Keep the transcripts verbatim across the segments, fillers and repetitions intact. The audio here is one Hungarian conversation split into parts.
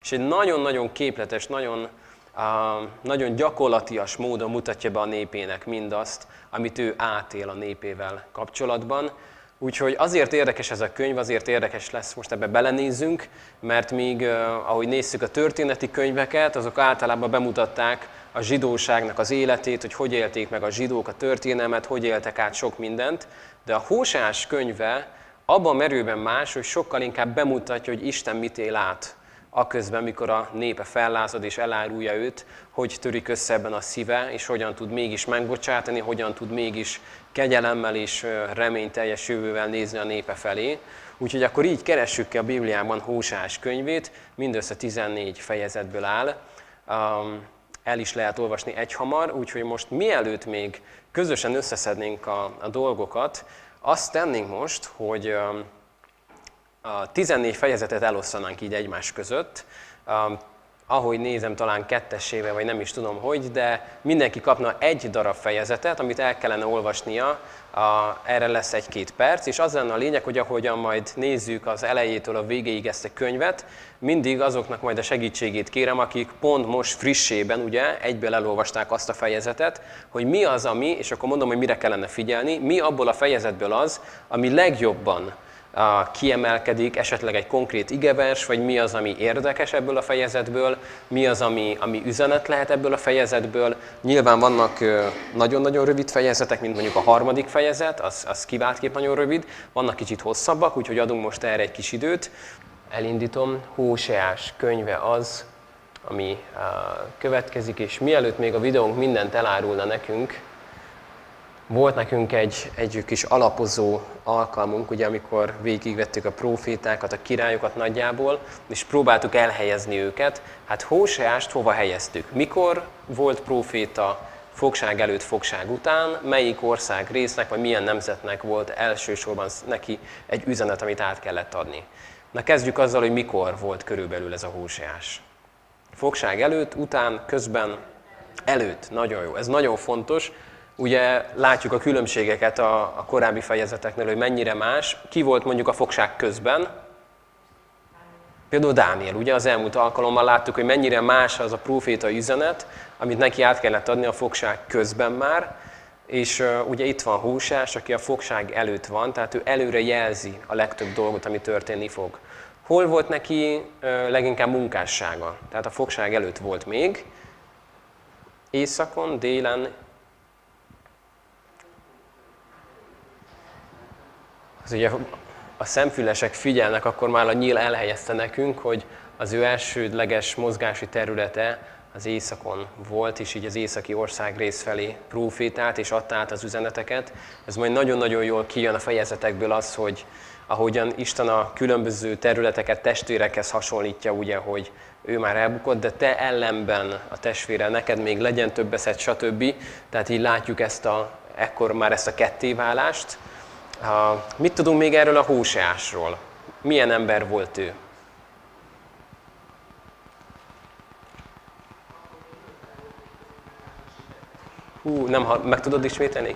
és egy nagyon-nagyon képletes, nagyon, uh, nagyon gyakorlatias módon mutatja be a népének mindazt, amit ő átél a népével kapcsolatban. Úgyhogy azért érdekes ez a könyv, azért érdekes lesz, most ebbe belenézzünk, mert még, uh, ahogy nézzük a történeti könyveket, azok általában bemutatták a zsidóságnak az életét, hogy hogy élték meg a zsidók a történelmet, hogy éltek át sok mindent, de a Hóseás könyve abban merőben más, hogy sokkal inkább bemutatja, hogy Isten mit él át aközben, mikor a népe fellázad és elárulja őt, hogy törik össze ebben a szíve, és hogyan tud mégis megbocsátani, hogyan tud mégis kegyelemmel és reményteljes jövővel nézni a népe felé. Úgyhogy akkor így keressük ki a Bibliában Hóseás könyvét, mindössze tizennégy fejezetből áll. El is lehet olvasni egyhamar, úgyhogy most mielőtt még közösen összeszednénk a, a dolgokat, azt tennénk most, hogy a tizennégy fejezetet elosztanánk így egymás között. Ahogy nézem, talán kettesével, vagy nem is tudom hogy, de mindenki kapna egy darab fejezetet, amit el kellene olvasnia, erre lesz egy-két perc, és az lenne a lényeg, hogy ahogyan majd nézzük az elejétől a végéig ezt a könyvet, mindig azoknak majd a segítségét kérem, akik pont most frissében, ugye, egyből elolvasták azt a fejezetet, hogy mi az, ami, és akkor mondom, hogy mire kellene figyelni, mi abból a fejezetből az, ami legjobban kiemelkedik, esetleg egy konkrét igevers, vagy mi az, ami érdekes ebből a fejezetből, mi az, ami, ami üzenet lehet ebből a fejezetből. Nyilván vannak nagyon-nagyon rövid fejezetek, mint mondjuk a harmadik fejezet, az, az kiváltképp nagyon rövid, vannak kicsit hosszabbak, úgyhogy adunk most erre egy kis időt. Elindítom, Hóseás könyve az, ami következik, és mielőtt még a videónk mindent elárulna nekünk, volt nekünk egy, egy kis alapozó alkalmunk, ugye, amikor végigvettük a prófétákat, a királyokat nagyjából, és próbáltuk elhelyezni őket. Hát Hóseást hova helyeztük? Mikor volt próféta fogság előtt, fogság után? Melyik ország résznek, vagy milyen nemzetnek volt elsősorban neki egy üzenet, amit át kellett adni? Na kezdjük azzal, hogy mikor volt körülbelül ez a Hóseás. Fogság előtt, után, közben, előtt. Nagyon jó. Ez nagyon fontos. Ugye látjuk a különbségeket a, a korábbi fejezeteknél, hogy mennyire más. Ki volt mondjuk a fogság közben? Például Dániel. Ugye az elmúlt alkalommal láttuk, hogy mennyire más az a prófétai üzenet, amit neki át kellett adni a fogság közben már. És uh, ugye itt van Hóseás, aki a fogság előtt van, tehát ő előre jelzi a legtöbb dolgot, ami történni fog. Hol volt neki uh, leginkább munkássága? Tehát a fogság előtt volt még. Északon, délen, az ugye a szemfülesek figyelnek, akkor már a nyíl elhelyezte nekünk, hogy az ő elsődleges mozgási területe az északon volt, és így az északi országrész felé prófétált, és adta át az üzeneteket. Ez majd nagyon-nagyon jól kijön a fejezetekből az, hogy ahogyan Isten a különböző területeket testvérekhez hasonlítja, ugye, hogy ő már elbukott, de te ellenben a testvére, neked még legyen több eszed, stb. Tehát így látjuk ezt a, ekkor már ezt a kettéválást. Uh, mit tudunk még erről a Hóseásról? Milyen ember volt ő? Hú, nem, meg tudod ismételni?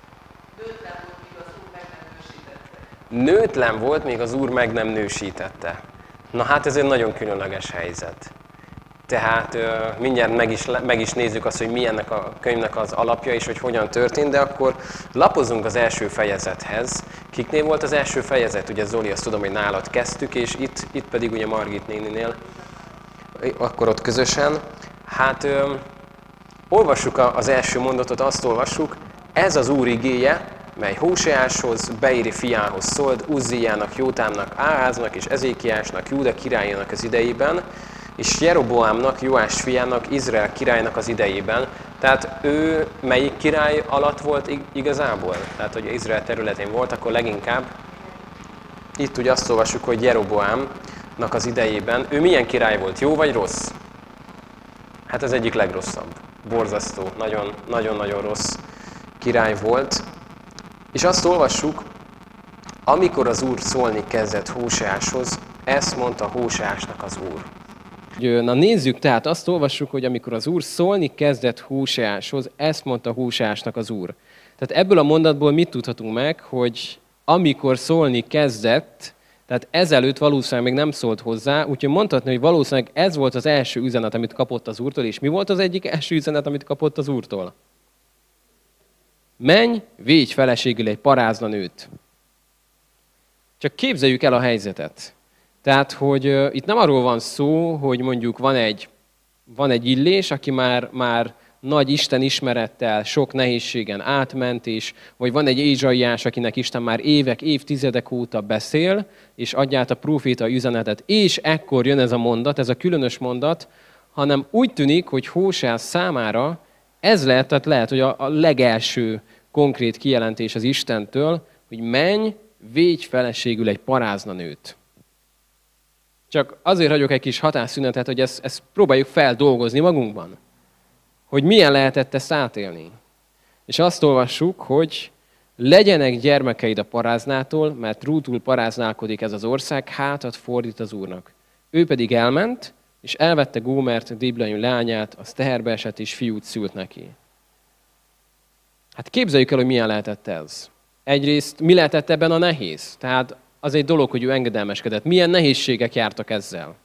Nőtlen volt, még az Úr meg nem nősítette. Na hát ez egy nagyon különleges helyzet. Tehát mindjárt meg is, meg is nézzük azt, hogy mi ennek a könyvnek az alapja, és hogy hogyan történt, de akkor lapozunk az első fejezethez. Kiknél volt az első fejezet? Ugye Zoli, azt tudom, hogy nálad kezdtük, és itt, itt pedig ugye Margit néninél, akkor ott közösen. Hát ö, olvassuk az első mondatot, azt olvassuk, ez az Úr igéje, mely Hóseáshoz, Beéri fiához szólt, Uzziának, Jótámnak, Áháznak és Ezékiásnak, Júda királyának az idejében, és Jeroboámnak, Joás fiának, Izrael királynak az idejében. Tehát ő melyik király alatt volt igazából? Tehát, hogy Izrael területén volt, akkor leginkább itt ugye azt olvassuk, hogy Jeroboámnak az idejében. Ő milyen király volt? Jó vagy rossz? Hát ez egyik legrosszabb. Borzasztó, nagyon-nagyon rossz király volt. És azt olvassuk, amikor az Úr szólni kezdett Hóseáshoz, ezt mondta Hóseásnak az Úr. Na nézzük, tehát azt olvassuk, hogy amikor az Úr szólni kezdett Hóseáshoz, ezt mondta Hóseásnak az Úr. Tehát ebből a mondatból mit tudhatunk meg, hogy amikor szólni kezdett, Tehát ezelőtt valószínűleg még nem szólt hozzá, úgyhogy mondhatni, hogy valószínűleg ez volt az első üzenet, amit kapott az Úrtól, és mi volt az egyik első üzenet, amit kapott az Úrtól? Menj, védj feleségül egy parázna nőt. Csak képzeljük el a helyzetet. Tehát, hogy uh, itt nem arról van szó, hogy mondjuk van egy, van egy Illés, aki már, már nagy Isten ismerettel, sok nehézségen átment, és vagy van egy Ézsaiás, akinek Isten már évek, évtizedek óta beszél, és adja át a próféta üzenetet, és ekkor jön ez a mondat, ez a különös mondat, hanem úgy tűnik, hogy Hóseás számára ez lehet, tehát lehet, hogy a, a legelső konkrét kijelentés az Istentől, hogy menj, védj feleségül egy parázna nőt. Csak azért hagyok egy kis hatásszünetet, hogy ezt, ezt próbáljuk feldolgozni magunkban. Hogy milyen lehetett ezt átélni. És azt olvassuk, hogy legyenek gyermekeid a paráznától, mert rútul paráználkodik ez az ország, hátat fordít az Úrnak. Ő pedig elment, és elvette Gómert, Diblaim leányát, az teherbe esett, és fiút szült neki. Hát képzeljük el, hogy milyen lehetett ez. Egyrészt mi lehetett ebben a nehéz? Tehát az egy dolog, hogy ő engedelmeskedett. Milyen nehézségek jártak ezzel?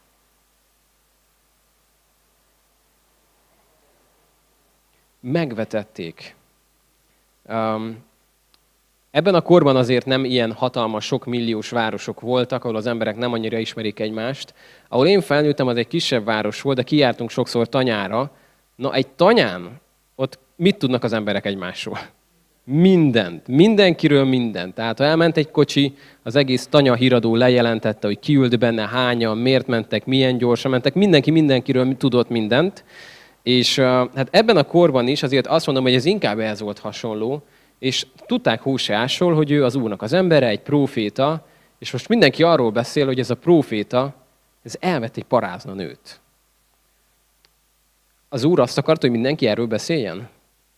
Megvetették. Um, ebben a korban azért nem ilyen hatalmas, sok milliós városok voltak, ahol az emberek nem annyira ismerik egymást. Ahol én felnőttem, az egy kisebb város volt, de kijártunk sokszor tanyára. Na, egy tanyán, ott mit tudnak az emberek egymásról? Mindent. Mindenkiről mindent. Tehát ha elment egy kocsi, az egész tanya híradó lejelentette, hogy ki ült benne, hányan, miért mentek, milyen gyorsan mentek. Mindenki mindenkiről tudott mindent. És uh, hát ebben a korban is azért azt mondom, hogy ez inkább ehhez volt hasonló, és tudták Hóseásról, hogy ő az Úrnak az embere, egy próféta, és most mindenki arról beszél, hogy ez a próféta, ez elvett egy parázna nőt. Az Úr azt akart, hogy mindenki erről beszéljen?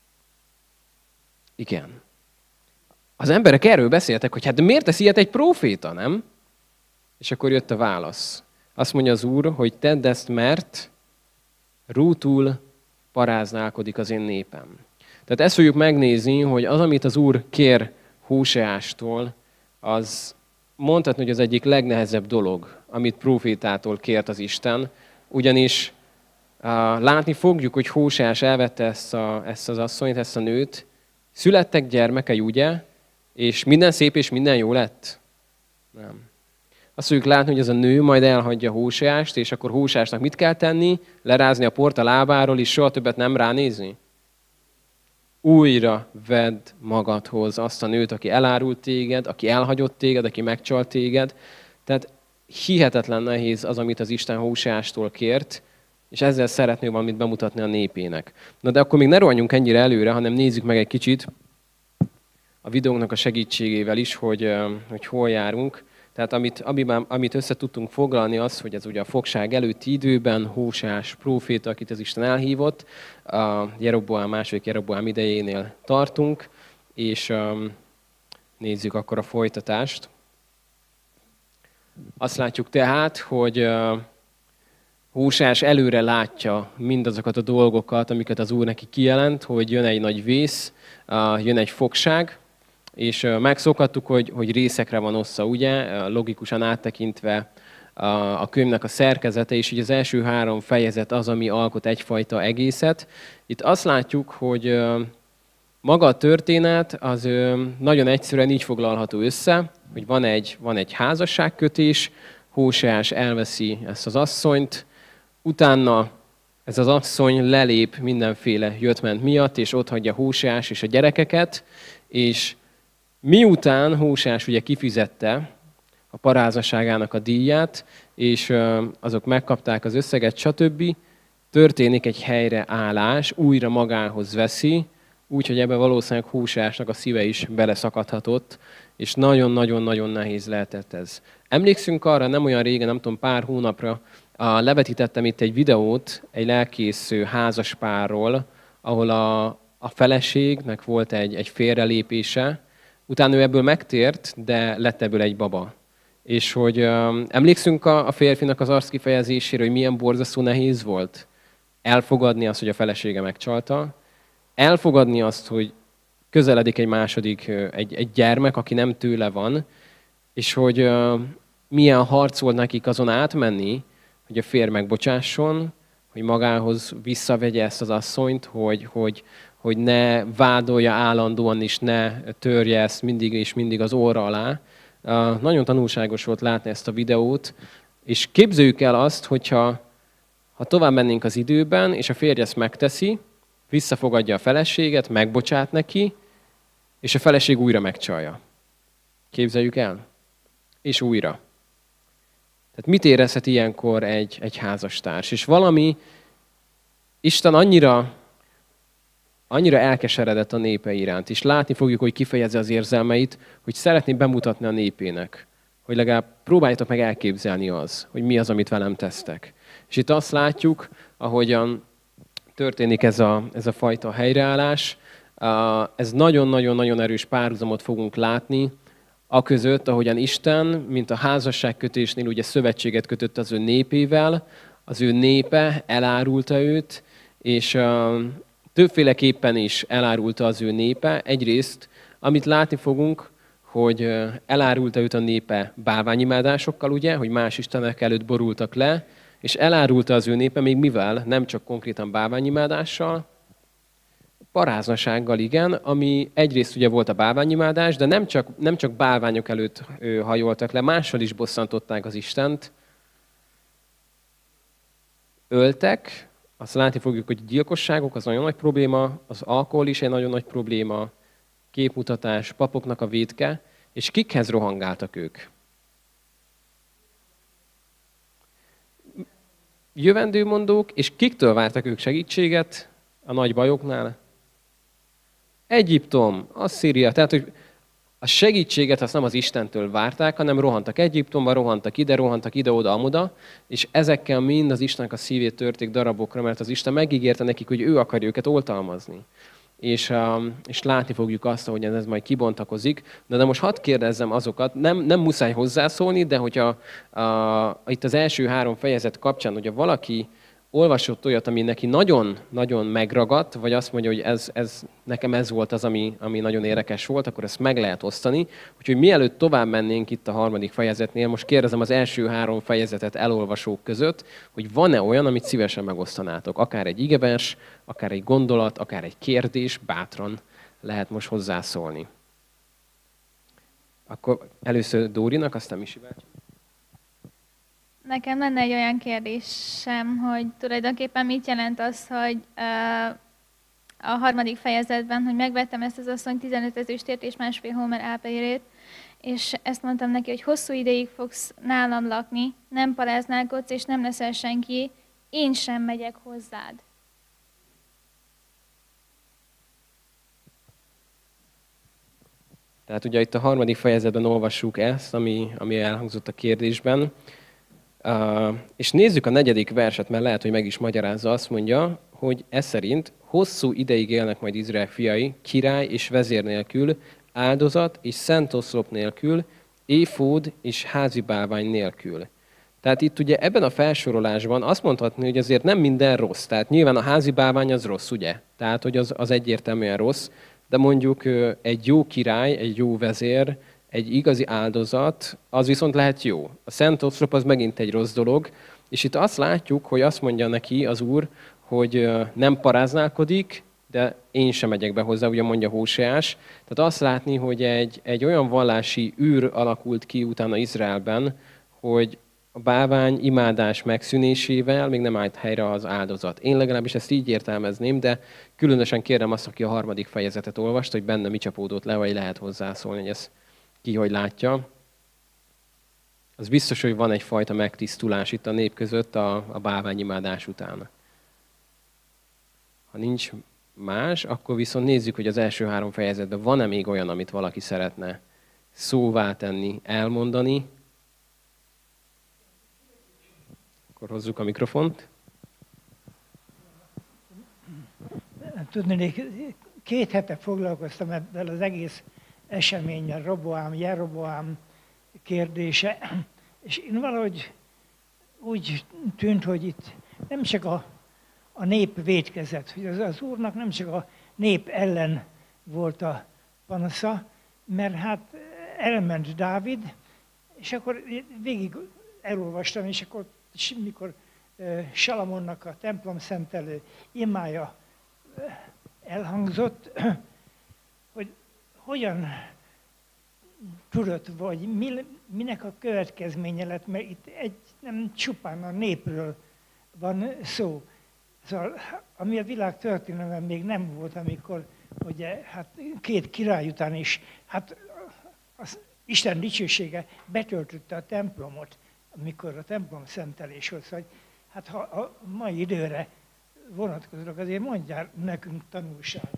Igen. Az emberek erről beszéltek, hogy hát de miért tesz ilyet egy próféta, nem? És akkor jött a válasz. Azt mondja az Úr, hogy tedd ezt, mert rútul paráználkodik az én népem. Tehát ezt fogjuk megnézni, hogy az, amit az Úr kér Hóseástól, az mondhatni, hogy az egyik legnehezebb dolog, amit prófétától kért az Isten, ugyanis uh, látni fogjuk, hogy Hóseás elvette ezt, a, ezt az asszonyt, ezt a nőt, születtek gyermekei, ugye, és minden szép és minden jó lett? Nem. Azt fogjuk látni, hogy ez a nő majd elhagyja Hóseást, és akkor Hóseásnak mit kell tenni? Lerázni a port a lábáról, és soha többet nem ránézni? Újra vedd magadhoz azt a nőt, aki elárult téged, aki elhagyott téged, aki megcsalt téged. Tehát hihetetlen nehéz az, amit az Isten Hóseástól kért, és ezzel szeretné valamit bemutatni a népének. Na de akkor még ne rohanjunk ennyire előre, hanem nézzük meg egy kicsit a videónknak a segítségével is, hogy, hogy hol járunk. Tehát amit, amit össze tudtunk foglalni az, hogy ez ugye a fogság előtti időben Hóseás próféta, akit az Isten elhívott, a Jeroboám, második Jeroboám idejénél tartunk, és um, nézzük akkor a folytatást. Azt látjuk tehát, hogy uh, Hóseás előre látja mindazokat a dolgokat, amiket az Úr neki kijelent, hogy jön egy nagy vész, uh, jön egy fogság, és megszokhattuk, hogy, hogy részekre van ossza, ugye, logikusan áttekintve a, a könyvnek a szerkezete, és így az első három fejezet az, ami alkot egyfajta egészet. Itt azt látjuk, hogy maga a történet az nagyon egyszerűen így foglalható össze, hogy van egy, van egy házasságkötés, Hóseás elveszi ezt az asszonyt, utána ez az asszony lelép mindenféle jöttment miatt, és otthagyja Hóseás és a gyerekeket, és miután Hóseás ugye kifizette a paráznaságának a díját, és azok megkapták az összeget, stb., történik egy helyreállás, újra magához veszi, úgyhogy ebben valószínűleg Hóseásnak a szíve is beleszakadhatott, és nagyon-nagyon-nagyon nehéz lehetett ez. Emlékszünk arra, nem olyan régen, nem tudom, pár hónapra, levetítettem itt egy videót egy lelkész házaspárról, ahol a, a feleségnek volt egy, egy félrelépése, utána ő ebből megtért, de lett ebből egy baba. És hogy um, emlékszünk a, a férfinak az arckifejezésére, hogy milyen borzasztó nehéz volt elfogadni azt, hogy a felesége megcsalta, elfogadni azt, hogy közeledik egy második, egy, egy gyermek, aki nem tőle van, és hogy uh, milyen harc volt nekik azon átmenni, hogy a férj megbocsásson, hogy magához visszavegye ezt az asszonyt, hogy, hogy, hogy ne vádolja állandóan, és ne törje ezt mindig és mindig az óra alá. Uh, nagyon tanulságos volt látni ezt a videót, és képzeljük el azt, hogyha ha tovább mennénk az időben, és a férj ezt megteszi, visszafogadja a feleséget, megbocsát neki, és a feleség újra megcsalja. Képzeljük el? És újra. Tehát mit érezhet ilyenkor egy, egy házastárs? És valami, Isten annyira, annyira elkeseredett a népe iránt, és látni fogjuk, hogy kifejezi az érzelmeit, hogy szeretné bemutatni a népének, hogy legalább próbáljátok meg elképzelni az, hogy mi az, amit velem tesztek. És itt azt látjuk, ahogyan történik ez a, ez a fajta helyreállás, ez nagyon-nagyon-nagyon erős párhuzamot fogunk látni, aközött, ahogyan Isten, mint a házasságkötésnél ugye szövetséget kötött az ő népével, az ő népe elárulta őt, és uh, többféleképpen is elárulta az ő népe. Egyrészt, amit látni fogunk, hogy uh, elárulta őt a népe bálványimádásokkal, ugye, hogy más istenek előtt borultak le, és elárulta az ő népe még mivel, nem csak konkrétan bálványimádással, paráznasággal, igen, ami egyrészt ugye volt a bálványimádás, de nem csak, nem csak bálványok előtt hajoltak le, mással is bosszantották az Istent. Öltek, azt látni fogjuk, hogy gyilkosságok az nagyon nagy probléma, az alkohol is egy nagyon nagy probléma, képmutatás, papoknak a vétke, és kikhez rohangáltak ők? Jövendőmondók, és kiktől vártak ők segítséget a nagy bajoknál? Egyiptom, Asszíria, tehát hogy a segítséget azt nem az Istentől várták, hanem rohantak Egyiptomba, rohantak ide, rohantak ide-oda, amoda, és ezekkel mind az Istennek a szívét törték darabokra, mert az Isten megígérte nekik, hogy ő akarja őket oltalmazni. És, és látni fogjuk azt, hogy ez majd kibontakozik. De, de most hadd kérdezzem azokat, nem, nem muszáj hozzászólni, de hogyha a, itt az első három fejezet kapcsán, hogyha valaki olvasott olyat, ami neki nagyon-nagyon megragadt, vagy azt mondja, hogy ez, ez, nekem ez volt az, ami, ami nagyon érdekes volt, akkor ezt meg lehet osztani. Úgyhogy mielőtt tovább mennénk itt a harmadik fejezetnél, most kérdezem az első három fejezetet elolvasók között, hogy van-e olyan, amit szívesen megosztanátok. Akár egy igevers, akár egy gondolat, akár egy kérdés, bátran lehet most hozzászólni. Akkor először Dórinak, aztán Misi bácsi. Nekem lenne egy olyan kérdésem, hogy tulajdonképpen mit jelent az, hogy uh, a harmadik fejezetben, hogy megvettem ezt az asszony tizenöt ezüstért és másfél homer álpehérét, és ezt mondtam neki, hogy hosszú ideig fogsz nálam lakni, nem paráználkodsz, és nem leszel senki, én sem megyek hozzád. Tehát ugye itt a harmadik fejezetben olvassuk ezt, ami, ami elhangzott a kérdésben. Uh, és nézzük a negyedik verset, mert lehet, hogy meg is magyarázza, azt mondja, hogy ez szerint hosszú ideig élnek majd Izrael fiai, király és vezér nélkül, áldozat és szent oszlop nélkül, éfód és házi bálvány nélkül. Tehát itt ugye ebben a felsorolásban azt mondhatni, hogy azért nem minden rossz. Tehát nyilván a házi bálvány az rossz, ugye? Tehát, hogy az, az egyértelműen rossz, de mondjuk egy jó király, egy jó vezér, egy igazi áldozat, az viszont lehet jó. A szent oszlop az megint egy rossz dolog, és itt azt látjuk, hogy azt mondja neki az Úr, hogy nem paráználkodik, de én sem megyek be hozzá, ugye mondja Hóseás. Tehát azt látni, hogy egy, egy olyan vallási űr alakult ki utána Izraelben, hogy a bálvány imádás megszűnésével még nem állt helyre az áldozat. Én legalábbis ezt így értelmezném, de különösen kérem azt, aki a harmadik fejezetet olvasta, hogy benne mi csapódott le, vagy lehet hozzászólni, hogy ezt ki hogy látja. Az biztos, hogy van egyfajta megtisztulás itt a nép között a, a bálványimádás után. Ha nincs más, akkor viszont nézzük, hogy az első három fejezetben van-e még olyan, amit valaki szeretne szóvá tenni, elmondani. Akkor hozzuk a mikrofont. Tudnék, két hete foglalkoztam ebben az egész eseménnyel, Roboám, Jeroboám kérdése, és én valahogy úgy tűnt, hogy itt nem csak a, a nép vétkezett, hogy az, az Úrnak nem csak a nép ellen volt a panasza, mert hát elment Dávid, És akkor végig elolvastam, és akkor mikor Salamonnak a templom szentelő imája elhangzott, hogy hogyan tudott, vagy mi, minek a következménye lett, mert itt egy, nem csupán a népről van szó. Szóval, ami a világ történelemben még nem volt, amikor ugye, hát két király után is, hát az Isten dicsősége betöltötte a templomot, amikor a templom szentelés volt. Szóval, hát ha a mai időre vonatkozóak, azért mondjál nekünk tanulságot.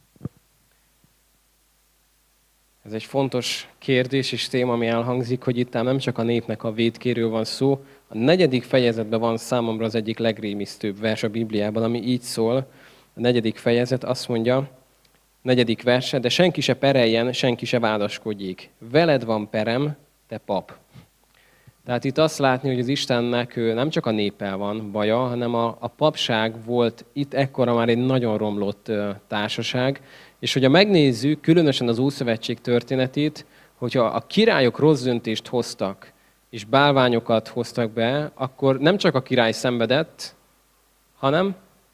Ez egy fontos kérdés és téma, ami elhangzik, hogy itt nem csak a népnek a vétkéről van szó. A negyedik fejezetben van számomra az egyik legrémisztőbb vers a Bibliában, ami így szól. A negyedik fejezet azt mondja, negyedik verse, de senki se pereljen, senki se vádaskodjék. Veled van perem, te pap. Tehát itt azt látni, hogy az Istennek nem csak a néppel van baja, hanem a, a papság volt itt ekkora már egy nagyon romlott társaság, és hogyha megnézzük, különösen az Ószövetség történetét, hogyha a királyok rossz döntést hoztak, és bálványokat hoztak be, akkor nem csak a király szenvedett, hanem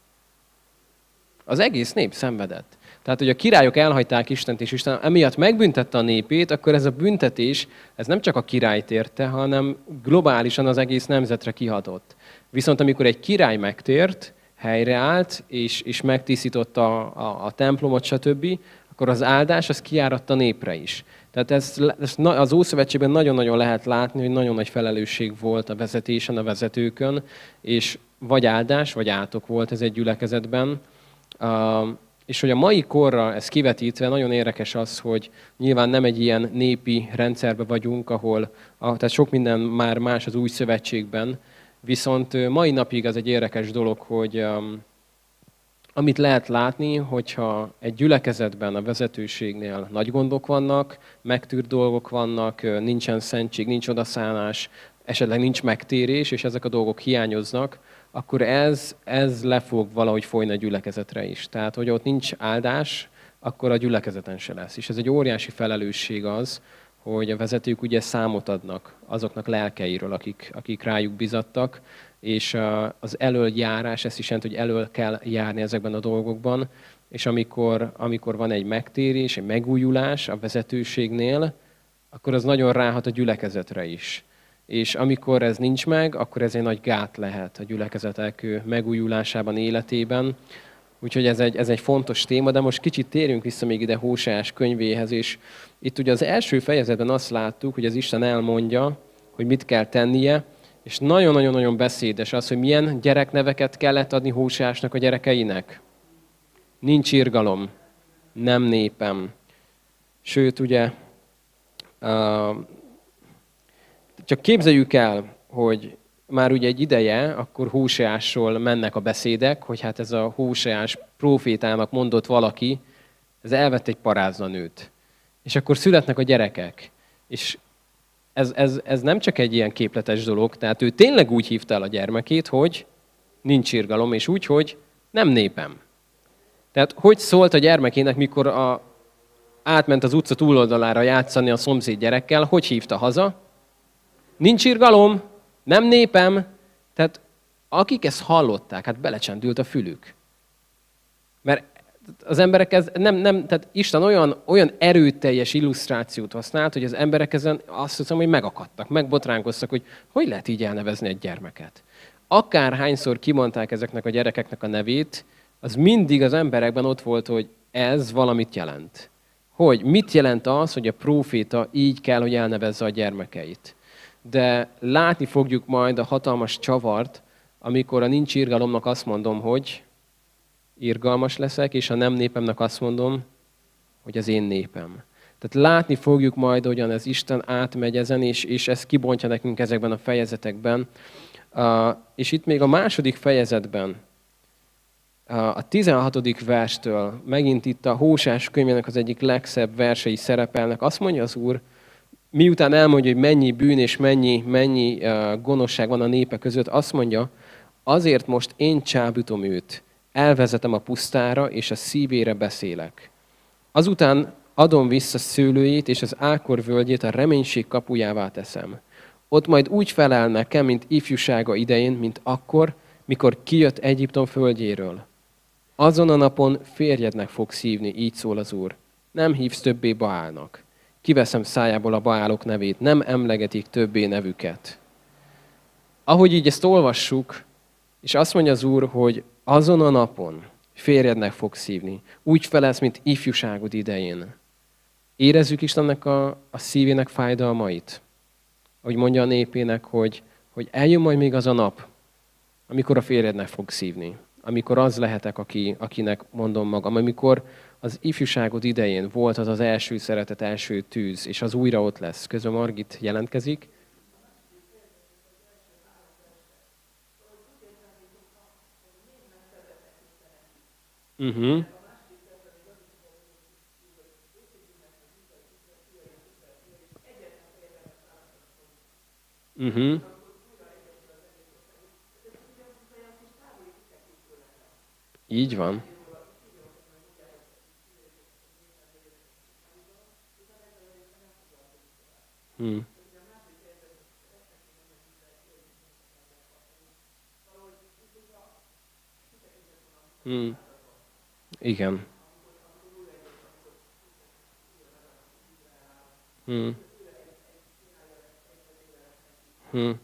az egész nép szenvedett. Tehát, hogy a királyok elhagyták Istent, és Isten emiatt megbüntette a népét, akkor ez a büntetés, ez nem csak a királyt érte, hanem globálisan az egész nemzetre kihatott. Viszont amikor egy király megtért, helyreállt, és, és megtisztította a, a, a templomot, stb., akkor az áldás, az kiáradt a népre is. Tehát ez, ez az Ószövetségben nagyon-nagyon lehet látni, hogy nagyon nagy felelősség volt a vezetésen, a vezetőkön, és vagy áldás, vagy átok volt ez egy gyülekezetben. Uh, és hogy a mai korra ez kivetítve, nagyon érdekes az, hogy nyilván nem egy ilyen népi rendszerben vagyunk, ahol a, tehát sok minden már más az új szövetségben, viszont mai napig az egy érdekes dolog, hogy um, amit lehet látni, hogyha egy gyülekezetben, a vezetőségnél nagy gondok vannak, megtűrt dolgok vannak, nincsen szentség, nincs odaszánás, esetleg nincs megtérés, és ezek a dolgok hiányoznak, akkor ez, ez le fog valahogy folyni a gyülekezetre is. Tehát, hogy ott nincs áldás, akkor a gyülekezeten se lesz. És ez egy óriási felelősség az, hogy a vezetők ugye számot adnak azoknak lelkeiről, akik, akik rájuk bizattak, és az elöljárás, ezt is jelenti, hogy elől kell járni ezekben a dolgokban, és amikor, amikor van egy megtérés, egy megújulás a vezetőségnél, akkor az nagyon ráhat a gyülekezetre is. És amikor ez nincs meg, akkor ez egy nagy gát lehet a gyülekezetek megújulásában, életében. Úgyhogy ez egy, ez egy fontos téma, de most kicsit térjünk vissza még ide Hóseás könyvéhez, és itt ugye az első fejezetben azt láttuk, hogy az Isten elmondja, hogy mit kell tennie, és nagyon-nagyon-nagyon beszédes az, hogy milyen gyerekneveket kellett adni Hóseásnak a gyerekeinek. Nincs irgalom, nem népem. Sőt, ugye, csak képzeljük el, hogy már ugye egy ideje, akkor Hóseásról mennek a beszédek, hogy hát ez a Hóseás prófétának mondott valaki, ez elvett egy paráznanőt. És akkor születnek a gyerekek. És ez, ez, ez nem csak egy ilyen képletes dolog, tehát ő tényleg úgy hívta el a gyermekét, hogy nincs irgalom, és úgy, hogy nem népem. Tehát hogy szólt a gyermekének, mikor a, átment az utca túloldalára játszani a szomszéd gyerekkel, hogy hívta haza? Nincs irgalom, nem népem. Tehát akik ezt hallották, hát belecsendült a fülük. Mert az emberek ez nem, nem, tehát Isten olyan, olyan erőteljes illusztrációt használt, hogy az emberek ezen azt hiszem, hogy megakadtak, megbotránkoztak, hogy hogy lehet így elnevezni egy gyermeket. Akárhányszor kimondták ezeknek a gyerekeknek a nevét, az mindig az emberekben ott volt, hogy ez valamit jelent. Hogy mit jelent az, hogy a próféta így kell, hogy elnevezze a gyermekeit. De látni fogjuk majd a hatalmas csavart, amikor a nincs irgalomnak azt mondom, hogy irgalmas leszek, és a nem népemnek azt mondom, hogy az én népem. Tehát látni fogjuk majd, hogyan ez Isten átmegy ezen, és, és ezt kibontja nekünk ezekben a fejezetekben. Uh, és itt még a második fejezetben, uh, a tizenhatodik verstől, megint itt a Hóseás könyvének az egyik legszebb versei szerepelnek. Azt mondja az Úr, miután elmondja, hogy mennyi bűn és mennyi, mennyi uh, gonoszság van a népe között, azt mondja, azért most én csábítom őt, elvezetem a pusztára, és a szívére beszélek. Azután adom vissza szőlőjét, és az Ákor völgyét a reménység kapujává teszem. Ott majd úgy felel nekem, mint ifjúsága idején, mint akkor, mikor kijött Egyiptom földjéről. Azon a napon férjednek fog szívni, így szól az Úr. Nem hívsz többé Baálnak. Kiveszem szájából a Baálok nevét, nem emlegetik többé nevüket. Ahogy így ezt olvassuk, és azt mondja az Úr, hogy azon a napon férjednek fog szívni, úgy felelsz, mint ifjúságod idején. Érezzük Istennek a, a szívének fájdalmait. Ahogy mondja a népének, hogy, hogy eljön majd még az a nap, amikor a férjednek fog szívni. Amikor az lehetek, aki, akinek mondom magam. Amikor az ifjúságod idején volt az az első szeretet, első tűz, és az újra ott lesz. Közben Margit jelentkezik. Uh-huh. Uh-huh. Így van. Hmm. Hmm. Igen. Hmm. Hmm.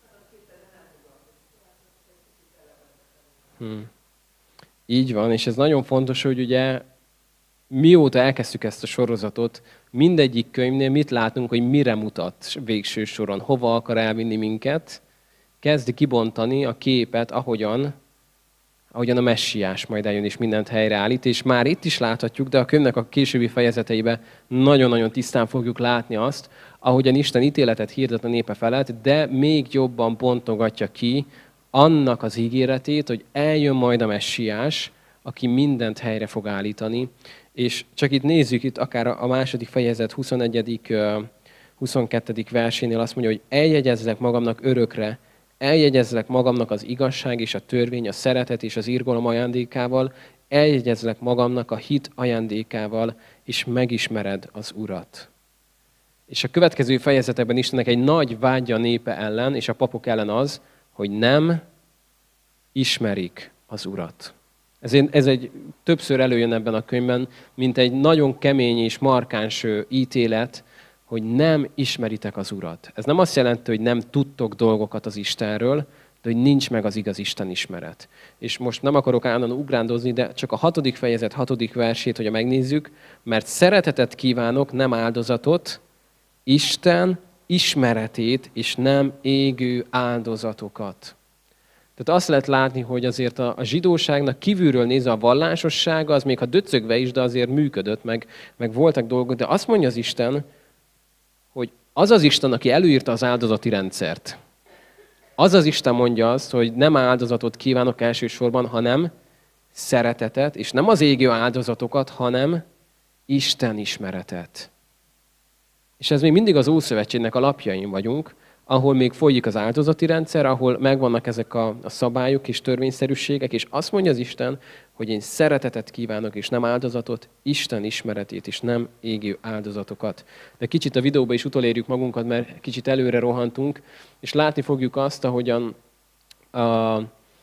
Hmm. Így van, és ez nagyon fontos, hogy ugye mióta elkezdtük ezt a sorozatot, mindegyik könyvnél mit látunk, hogy mire mutat végső soron, hova akar elvinni minket, kezdi kibontani a képet, ahogyan, ahogyan a messiás majd eljön és mindent helyreállít, és már itt is láthatjuk, de a könyvnek a későbbi fejezeteiben nagyon-nagyon tisztán fogjuk látni azt, ahogyan Isten ítéletet hirdet a népe felett, de még jobban bontogatja ki annak az ígéretét, hogy eljön majd a messiás, aki mindent helyre fog állítani. És csak itt nézzük, itt akár a második fejezet huszonegyedik huszonkettődik versénél azt mondja, hogy eljegyezzek magamnak örökre, eljegyezzek magamnak az igazság és a törvény, a szeretet és az irgalom ajándékával, eljegyezzek magamnak a hit ajándékával, és megismered az Urat. És a következő fejezetekben Istennek egy nagy vágya népe ellen, és a papok ellen az, hogy nem ismerik az Urat. Ez, ez egy többször előjön ebben a könyvben, mint egy nagyon kemény és markáns ítélet, hogy nem ismeritek az Urat. Ez nem azt jelenti, hogy nem tudtok dolgokat az Istenről, de hogy nincs meg az igaz Isten ismeret. És most nem akarok állandóan ugrándozni, de csak a hatodik fejezet hatodik versét, hogyha megnézzük, mert szeretetet kívánok, nem áldozatot, Isten ismeretét, és nem égő áldozatokat. Tehát azt lehet látni, hogy azért a, a zsidóságnak kívülről nézve a vallásossága, az még ha döcögve is, de azért működött, meg, meg voltak dolgok, de azt mondja az Isten, hogy az az Isten, aki előírta az áldozati rendszert, az az Isten mondja azt, hogy nem áldozatot kívánok elsősorban, hanem szeretetet, és nem az égő áldozatokat, hanem Isten ismeretet. És ez még mindig az Ószövetségnek a lapjain vagyunk, ahol még folyik az áldozati rendszer, ahol megvannak ezek a, a szabályok és törvényszerűségek, és azt mondja az Isten, hogy én szeretetet kívánok, és nem áldozatot, Isten ismeretét, és nem égő áldozatokat. De kicsit a videóban is utolérjük magunkat, mert kicsit előre rohantunk, és látni fogjuk azt, ahogyan a,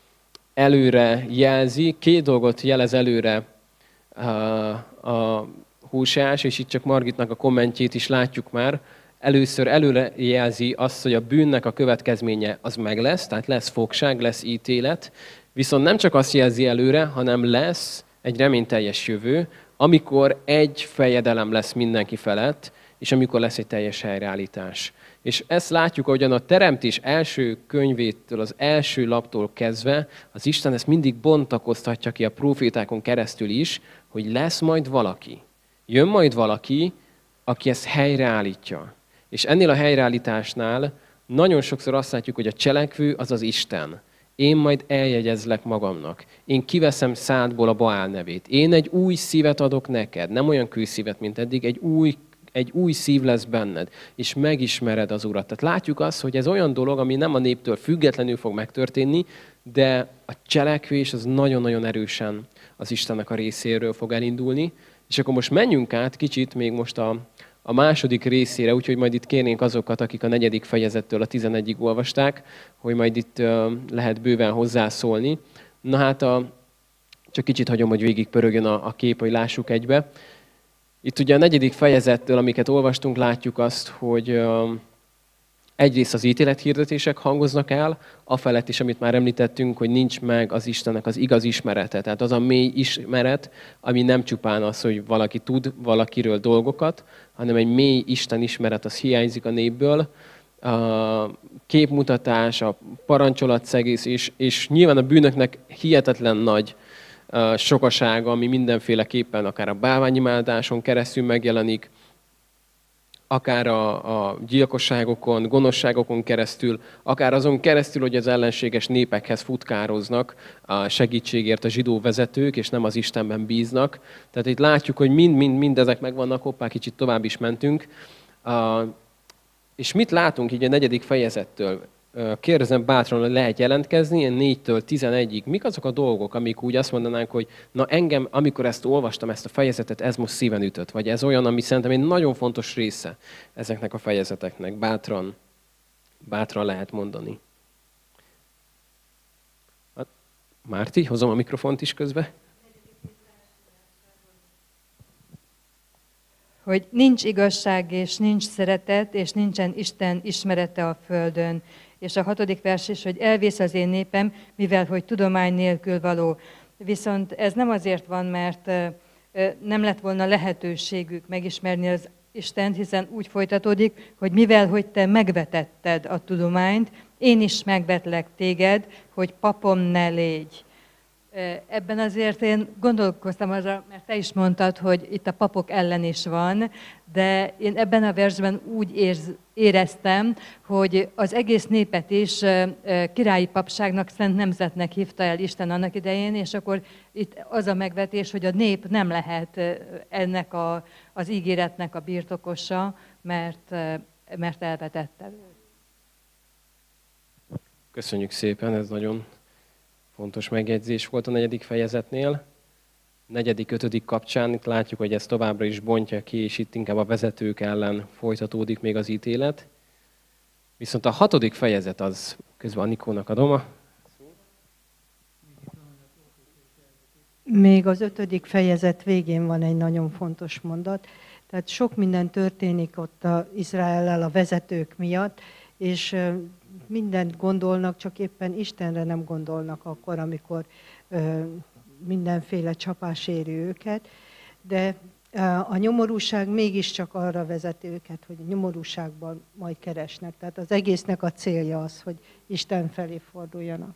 előre jelzi, két dolgot jelez előre a, a Hóseás, és itt csak Margitnak a kommentjét is látjuk már. Először előre jelzi azt, hogy a bűnnek a következménye az meg lesz, tehát lesz fogság, lesz ítélet, viszont nem csak azt jelzi előre, hanem lesz egy reményteljes jövő, amikor egy fejedelem lesz mindenki felett, és amikor lesz egy teljes helyreállítás. És ezt látjuk, ahogyan a teremtés első könyvétől, az első laptól kezdve, az Isten ezt mindig bontakoztatja ki a prófétákon keresztül is, hogy lesz majd valaki. Jön majd valaki, aki ezt helyreállítja. És ennél a helyreállításnál nagyon sokszor azt látjuk, hogy a cselekvő az az Isten. Én majd eljegyezlek magamnak. Én kiveszem szádból a Baál nevét. Én egy új szívet adok neked, nem olyan kőszívet, mint eddig, egy új, egy új szív lesz benned, és megismered az Urat. Tehát látjuk azt, hogy ez olyan dolog, ami nem a néptől függetlenül fog megtörténni, de a cselekvés az nagyon-nagyon erősen az Istennek a részéről fog elindulni, És akkor most menjünk át kicsit még most a, a második részére, úgyhogy majd itt kérnénk azokat, akik a negyedik fejezettől a tizenegyig olvasták, hogy majd itt lehet bőven hozzászólni. Na hát a, csak kicsit hagyom, hogy végig pörögjön a, a kép, hogy lássuk egybe. Itt ugye a negyedik fejezettől, amiket olvastunk, látjuk azt, hogy egyrészt az ítélethirdetések hangoznak el, afelett is, amit már említettünk, hogy nincs meg az Istennek az igaz ismerete. Tehát az a mély ismeret, ami nem csupán az, hogy valaki tud valakiről dolgokat, hanem egy mély Isten ismeret, az hiányzik a népből. A képmutatás, a parancsolatszegész, és, és nyilván a bűnöknek hihetetlen nagy sokasága, ami mindenféleképpen akár a bálványimádáson keresztül megjelenik, akár a, a gyilkosságokon, gonoszságokon keresztül, akár azon keresztül, hogy az ellenséges népekhez futkároznak a segítségért a zsidó vezetők, és nem az Istenben bíznak. Tehát itt látjuk, hogy mind-mind mindezek megvannak, hoppá, kicsit tovább is mentünk. És mit látunk így a negyedik fejezettől? Kérdezem bátran, hogy lehet jelentkezni, ilyen négytől tizenegyig. Mik azok a dolgok, amik úgy azt mondanánk, hogy na engem, amikor ezt olvastam, ezt a fejezetet, ez most szíven ütött, vagy ez olyan, ami szerintem egy nagyon fontos része ezeknek a fejezeteknek. Bátran, bátran lehet mondani. Márti, hozom a mikrofont is közbe. Hogy nincs igazság, és nincs szeretet, és nincsen Isten ismerete a földön. És a hatodik vers is, hogy elvész az én népem, mivel hogy tudomány nélkül való. Viszont ez nem azért van, mert nem lett volna lehetőségük megismerni az Istent, hiszen úgy folytatódik, hogy mivel hogy te megvetetted a tudományt, én is megvetlek téged, hogy papom ne légy. Ebben azért én gondolkoztam arra, mert te is mondtad, hogy itt a papok ellen is van, de én ebben a versben úgy érz, éreztem, hogy az egész népet is királyi papságnak, szent nemzetnek hívta el Isten annak idején, és akkor itt az a megvetés, hogy a nép nem lehet ennek a, az ígéretnek a birtokosa, mert, mert elvetette. Köszönjük szépen, ez nagyon fontos megjegyzés volt a negyedik fejezetnél. Negyedik, ötödik kapcsán itt látjuk, hogy ez továbbra is bontja ki, és itt inkább a vezetők ellen folytatódik még az ítélet. Viszont a hatodik fejezet az, közben Anikónak adom a Még az ötödik fejezet végén van egy nagyon fontos mondat. Tehát sok minden történik ott az Izraellel a vezetők miatt, és mindent gondolnak, csak éppen Istenre nem gondolnak akkor, amikor mindenféle csapás éri őket. De a nyomorúság mégiscsak arra vezet őket, hogy a nyomorúságban majd keresnek. Tehát az egésznek a célja az, hogy Isten felé forduljanak.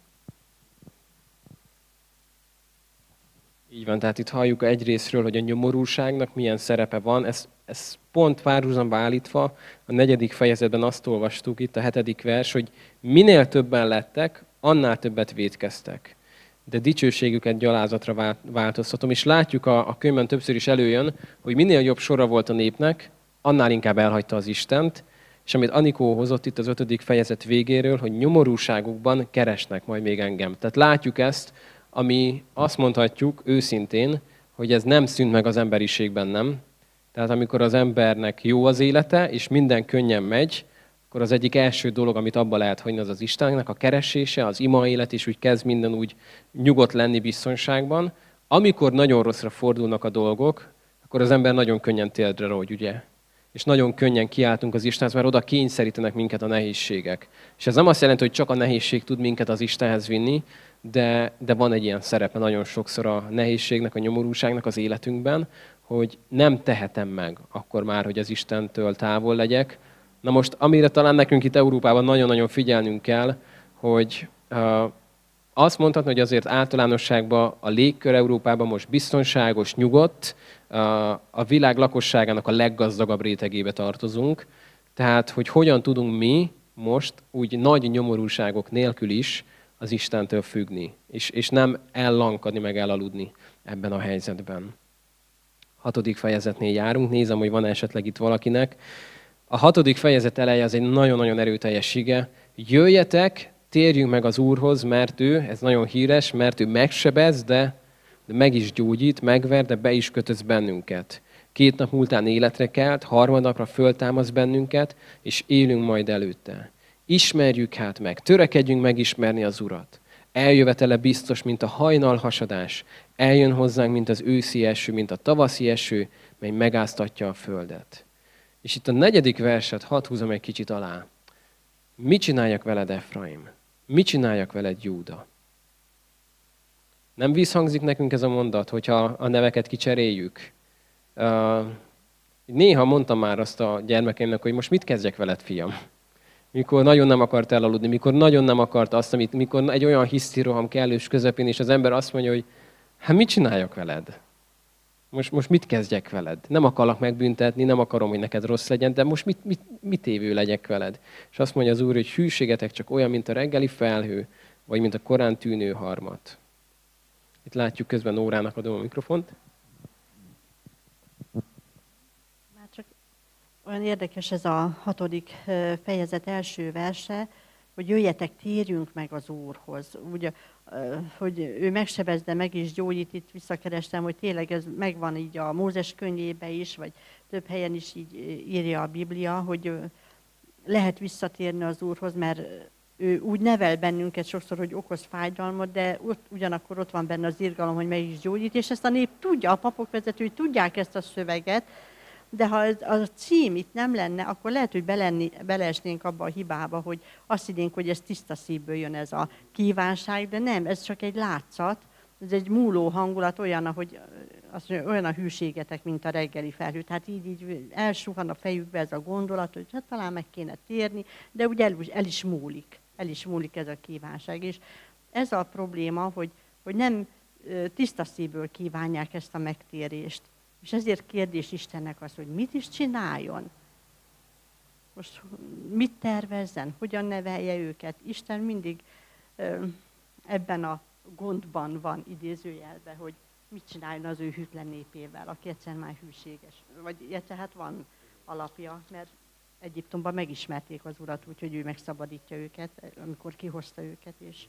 Így van, tehát itt halljuk egyrészről, hogy a nyomorúságnak milyen szerepe van. Ez, ez pont párhuzamba állítva, a negyedik fejezetben azt olvastuk, itt a hetedik vers, hogy minél többen lettek, annál többet vétkeztek. De dicsőségüket gyalázatra változtatom. És látjuk, a, a könyvben többször is előjön, hogy minél jobb sora volt a népnek, annál inkább elhagyta az Istent, és amit Anikó hozott itt az ötödik fejezet végéről, hogy nyomorúságukban keresnek majd még engem. Tehát látjuk ezt, ami azt mondhatjuk őszintén, hogy ez nem szűnt meg az emberiségben, nem. Tehát amikor az embernek jó az élete, és minden könnyen megy, akkor az egyik első dolog, amit abba lehet hagyni, az az Istennek a keresése, az ima élet, és úgy kezd minden úgy nyugodt lenni biztonságban. Amikor nagyon rosszra fordulnak a dolgok, akkor az ember nagyon könnyen térdre rogy, ugye? És nagyon könnyen kiáltunk az Istenhez, mert oda kényszerítenek minket a nehézségek. És ez nem azt jelenti, hogy csak a nehézség tud minket az Istenhez vinni, de, de van egy ilyen szerepe nagyon sokszor a nehézségnek, a nyomorúságnak az életünkben, hogy nem tehetem meg akkor már, hogy az Istentől távol legyek. Na most, amire talán nekünk itt Európában nagyon-nagyon figyelnünk kell, hogy uh, azt mondhatni, hogy azért általánosságban a légkör Európában most biztonságos, nyugodt, uh, a világ lakosságának a leggazdagabb rétegébe tartozunk. Tehát, hogy hogyan tudunk mi most úgy nagy nyomorúságok nélkül is az Istentől függni, és, és nem ellankadni, meg elaludni ebben a helyzetben. Hatodik fejezetnél járunk, nézem, hogy van esetleg itt valakinek. A hatodik fejezet eleje az egy nagyon-nagyon erőteljes ige. Jöjjetek, térjünk meg az Úrhoz, mert ő, ez nagyon híres, mert ő megsebez, de de meg is gyógyít, megver, de be is kötöz bennünket. Két nap múltán életre kelt, harmadnapra föltámaszt bennünket, és élünk majd előtte. Ismerjük hát meg, törekedjünk megismerni az Urat. Eljövetele biztos, mint a hajnal hasadás. Eljön hozzánk, mint az őszi eső, mint a tavaszi eső, mely megáztatja a földet. És itt a negyedik verset hadd húzom egy kicsit alá. Mit csináljak veled, Efraim? Mit csináljak veled, Júda? Nem visszhangzik nekünk ez a mondat, hogyha a neveket kicseréljük? Néha mondtam már azt a gyermekeimnek, hogy most mit kezdjek veled, fiam? Mikor nagyon nem akart elaludni, mikor nagyon nem akart azt, amit, mikor egy olyan hisztiroham kellős közepén, és az ember azt mondja, hogy hát mit csináljak veled? Most, most mit kezdjek veled? Nem akarlak megbüntetni, nem akarom, hogy neked rossz legyen, de most mit, mit, mit évő legyek veled? És azt mondja az Úr, hogy hűségetek csak olyan, mint a reggeli felhő, vagy mint a korán tűnő harmat. Itt látjuk, közben Órának adom a mikrofont. Már csak olyan érdekes ez a hatodik fejezet első verse, hogy jöjjetek, térjünk meg az Úrhoz. Ugye, hogy ő megsebez, de meg is gyógyít, itt visszakerestem, hogy tényleg ez megvan így a Mózes könyvébe is, vagy több helyen is így írja a Biblia, hogy lehet visszatérni az Úrhoz, mert ő úgy nevel bennünket sokszor, hogy okoz fájdalmat, de ott, ugyanakkor ott van benne az irgalom, hogy meg is gyógyít, és ezt a nép tudja, a papok vezetői tudják ezt a szöveget, de ha a cím itt nem lenne, akkor lehet, hogy belenni, beleesnénk abba a hibába, hogy azt higgyenk, hogy ez tiszta szívből jön ez a kívánság, de nem, ez csak egy látszat, ez egy múló hangulat, olyan, ahogy, azt mondja, olyan a hűségetek, mint a reggeli felhő. Tehát így, így elsuhan a fejükbe ez a gondolat, hogy hát talán meg kéne térni, de úgy el, el is múlik, el is múlik ez a kívánság. És ez a probléma, hogy, hogy nem tiszta szívből kívánják ezt a megtérést. És ezért kérdés Istennek az, hogy mit is csináljon. Most mit tervezzen, hogyan nevelje őket. Isten mindig ebben a gondban van idézőjelben, hogy mit csináljon az ő hűtlen népével, aki egyszer már hűséges. Vagy egyszer hát van alapja, mert Egyiptomban megismerték az Urat, úgyhogy ő megszabadítja őket, amikor kihozta őket. És...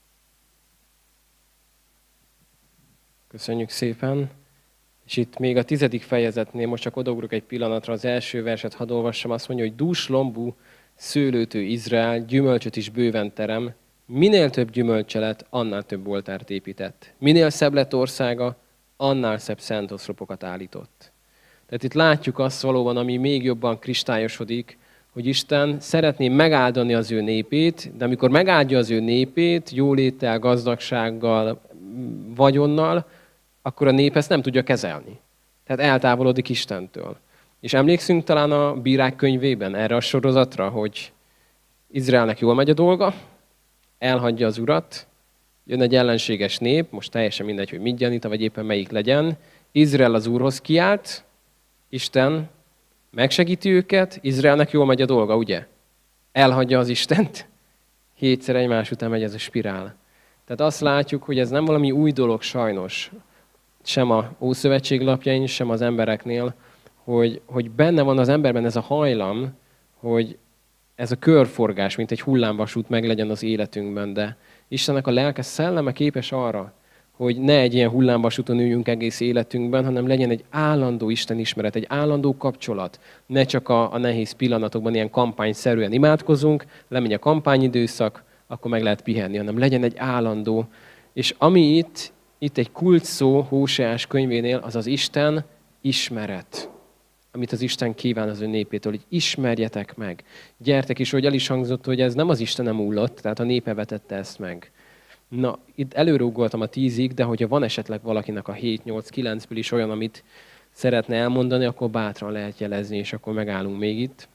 Köszönjük szépen! És itt még a tizedik fejezetnél, most csak odaugrok egy pillanatra, az első verset hadd olvassam, azt mondja, hogy dús lombú, szőlőtő Izrael, gyümölcsöt is bőven terem, minél több gyümölcse lett, annál több oltárt épített. Minél szebb lett országa, annál szebb szent oszlopokat állított. Tehát itt látjuk azt valóban, ami még jobban kristályosodik, hogy Isten szeretné megáldani az ő népét, de amikor megáldja az ő népét, jóléttel, gazdagsággal, vagyonnal, akkor a nép ezt nem tudja kezelni. Tehát eltávolodik Istentől. És emlékszünk talán a Bírák könyvében erre a sorozatra, hogy Izraelnek jól megy a dolga, elhagyja az Urat, jön egy ellenséges nép, most teljesen mindegy, hogy Midjanita, vagy éppen melyik legyen. Izrael az Úrhoz kiált, Isten megsegíti őket, Izraelnek jól megy a dolga, ugye? Elhagyja az Istent, hétszer egymás után megy ez a spirál. Tehát azt látjuk, hogy ez nem valami új dolog sajnos, sem a Ószövetség lapjain, sem az embereknél, hogy, hogy benne van az emberben ez a hajlam, hogy ez a körforgás, mint egy hullámvasút meglegyen az életünkben, de Istennek a lelke szelleme képes arra, hogy ne egy ilyen hullámvasúton üljünk egész életünkben, hanem legyen egy állandó Isten ismeret, egy állandó kapcsolat. Ne csak a, a nehéz pillanatokban ilyen kampányszerűen imádkozunk, lemegy a kampányidőszak, akkor meg lehet pihenni, hanem legyen egy állandó. És ami itt, itt egy kult szó Hóseás könyvénél, az az Isten ismeret, amit az Isten kíván az ő népétől, hogy ismerjetek meg. Gyertek is, hogy el is hangzott, hogy ez nem az Istenem múlott, tehát a népe vetette ezt meg. Na, itt előrúgoltam a tízig, de hogyha van esetleg valakinek a hét, nyolc, kilencből is olyan, amit szeretne elmondani, akkor bátran lehet jelezni, és akkor megállunk még itt.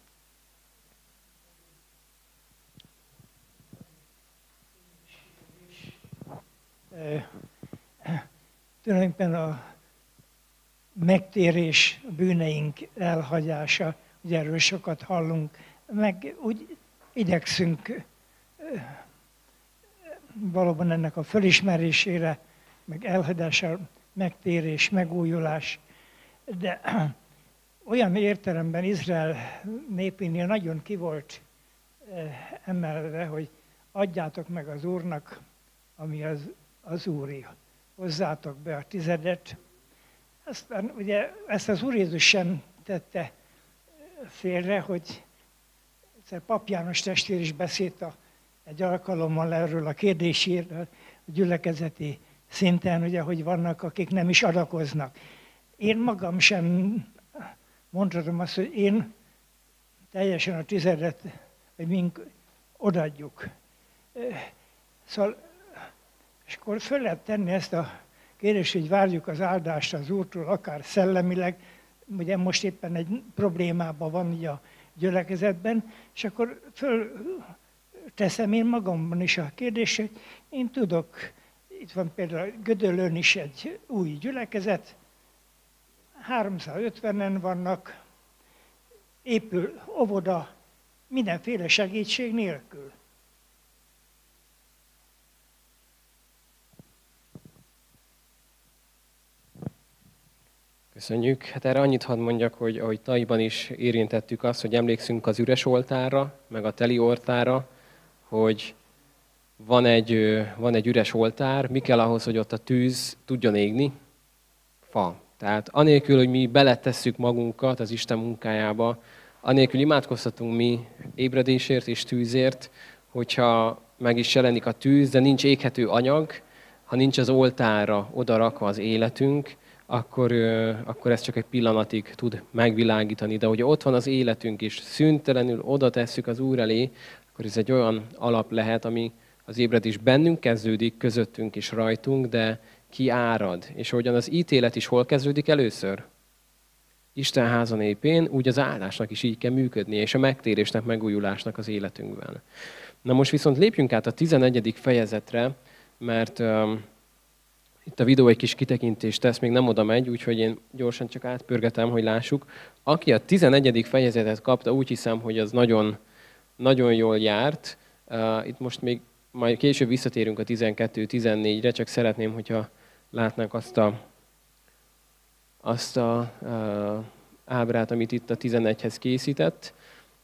Tulajdonképpen a megtérés, a bűneink elhagyása, ugye erről sokat hallunk, meg úgy igyekszünk valóban ennek a fölismerésére, meg elhagyása, megtérés, megújulás, de olyan értelemben Izrael népénél nagyon ki volt emelve, hogy adjátok meg az Úrnak, ami az, az Úré. hozzátok be a tizedet. Aztán ugye ezt az Úr Jézus sem tette félre, hogy egyszer Pap János testvér is beszélt a, egy alkalommal erről a kérdésért, a gyülekezeti szinten, ugye, hogy vannak, akik nem is adakoznak. Én magam sem mondhatom azt, hogy én teljesen a tizedet, vagy mink odaadjuk. Szóval, és akkor föl lehet tenni ezt a kérdést, hogy várjuk az áldást az Úrtól, akár szellemileg, ugye most éppen egy problémában van ugye a gyülekezetben, és akkor föl teszem én magamban is a kérdést, hogy én tudok, itt van például Gödöllőn is egy új gyülekezet, háromszázötvenen vannak, épül óvoda, mindenféle segítség nélkül. Köszönjük. Hát erre annyit hadd mondjak, hogy ahogy Taiban is érintettük azt, hogy emlékszünk az üres oltárra, meg a teli oltárra, hogy van egy, van egy üres oltár, mi kell ahhoz, hogy ott a tűz tudjon égni? Fa. Tehát anélkül, hogy mi beletesszük magunkat az Isten munkájába, anélkül imádkozhatunk mi ébredésért és tűzért, hogyha meg is jelenik a tűz, de nincs éghető anyag, ha nincs az oltárra odarakva az életünk, akkor, akkor ez csak egy pillanatig tud megvilágítani. De hogyha ott van az életünk, és szüntelenül oda tesszük az Úr elé, akkor ez egy olyan alap lehet, ami az ébredés bennünk kezdődik, közöttünk és rajtunk, de kiárad. És ahogyan az ítélet is hol kezdődik először? Isten háza népén, úgy az áldásnak is így kell működnie, és a megtérésnek, megújulásnak az életünkben. Na most viszont lépjünk át a tizenegyedik fejezetre, mert um, itt a videó egy kis kitekintést tesz, még nem oda megy, úgyhogy én gyorsan csak átpörgetem, hogy lássuk. Aki a tizenegyedik fejezetet kapta, úgy hiszem, hogy az nagyon, nagyon jól járt. Uh, itt most még majd később visszatérünk a tizenkettő tizennégyre, csak szeretném, hogyha látnánk azt a, azt a uh, ábrát, amit itt a tizenegyhez készített.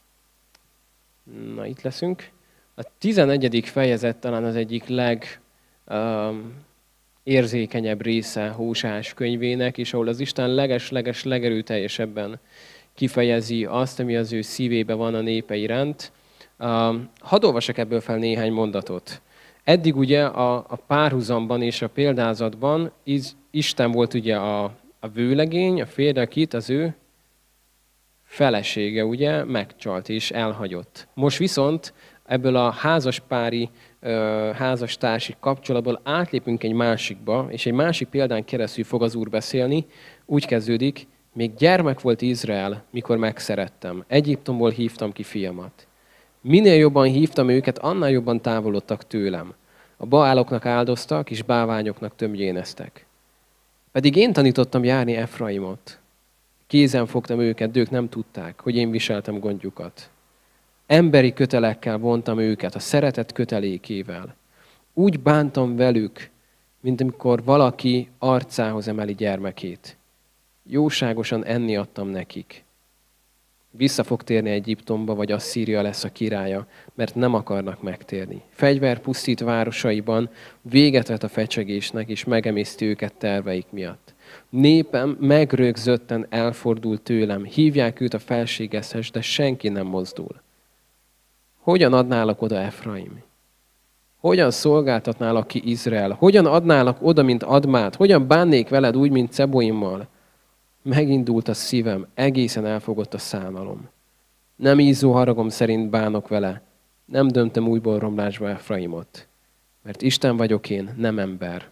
Na, itt leszünk. A tizenegyedik fejezet talán az egyik leg... Um, érzékenyebb része Hósás könyvének, és ahol az Isten leges-leges legerőteljesebben kifejezi azt, ami az ő szívébe van a népe iránt. Hadd olvasok ebből fel néhány mondatot. Eddig ugye a, a párhuzamban és a példázatban Isten volt ugye a, a vőlegény, a férj, akit az ő felesége ugye megcsalt és elhagyott. Most viszont ebből a házaspári, házastársi kapcsolatból átlépünk egy másikba, és egy másik példán keresztül fog az Úr beszélni. Úgy kezdődik, még gyermek volt Izrael, mikor megszerettem. Egyiptomból hívtam ki fiamat. Minél jobban hívtam őket, annál jobban távolodtak tőlem. A baáloknak áldoztak, és báványoknak tömjéneztek. Pedig én tanítottam járni Efraimot. Kézen fogtam őket, de ők nem tudták, hogy én viseltem gondjukat. Emberi kötelekkel vontam őket, a szeretet kötelékével. Úgy bántam velük, mint amikor valaki arcához emeli gyermekét. Jóságosan enni adtam nekik. Vissza fog térni Egyiptomba, vagy Asszíria lesz a királya, mert nem akarnak megtérni. Fegyver pusztít városaiban, véget vet a fecsegésnek, és megemészti őket terveik miatt. Népem megrögzötten elfordult tőlem, hívják őt a felségezhez, de senki nem mozdul. Hogyan adnálak oda Efraim? Hogyan szolgáltatnálak ki Izrael? Hogyan adnálak oda, mint Admát? Hogyan bánnék veled úgy, mint Ceboimmal? Megindult a szívem, egészen elfogott a szánalom. Nem ízó haragom szerint bánok vele, nem döntöm újból romlásba Efraimot, mert Isten vagyok én, nem ember.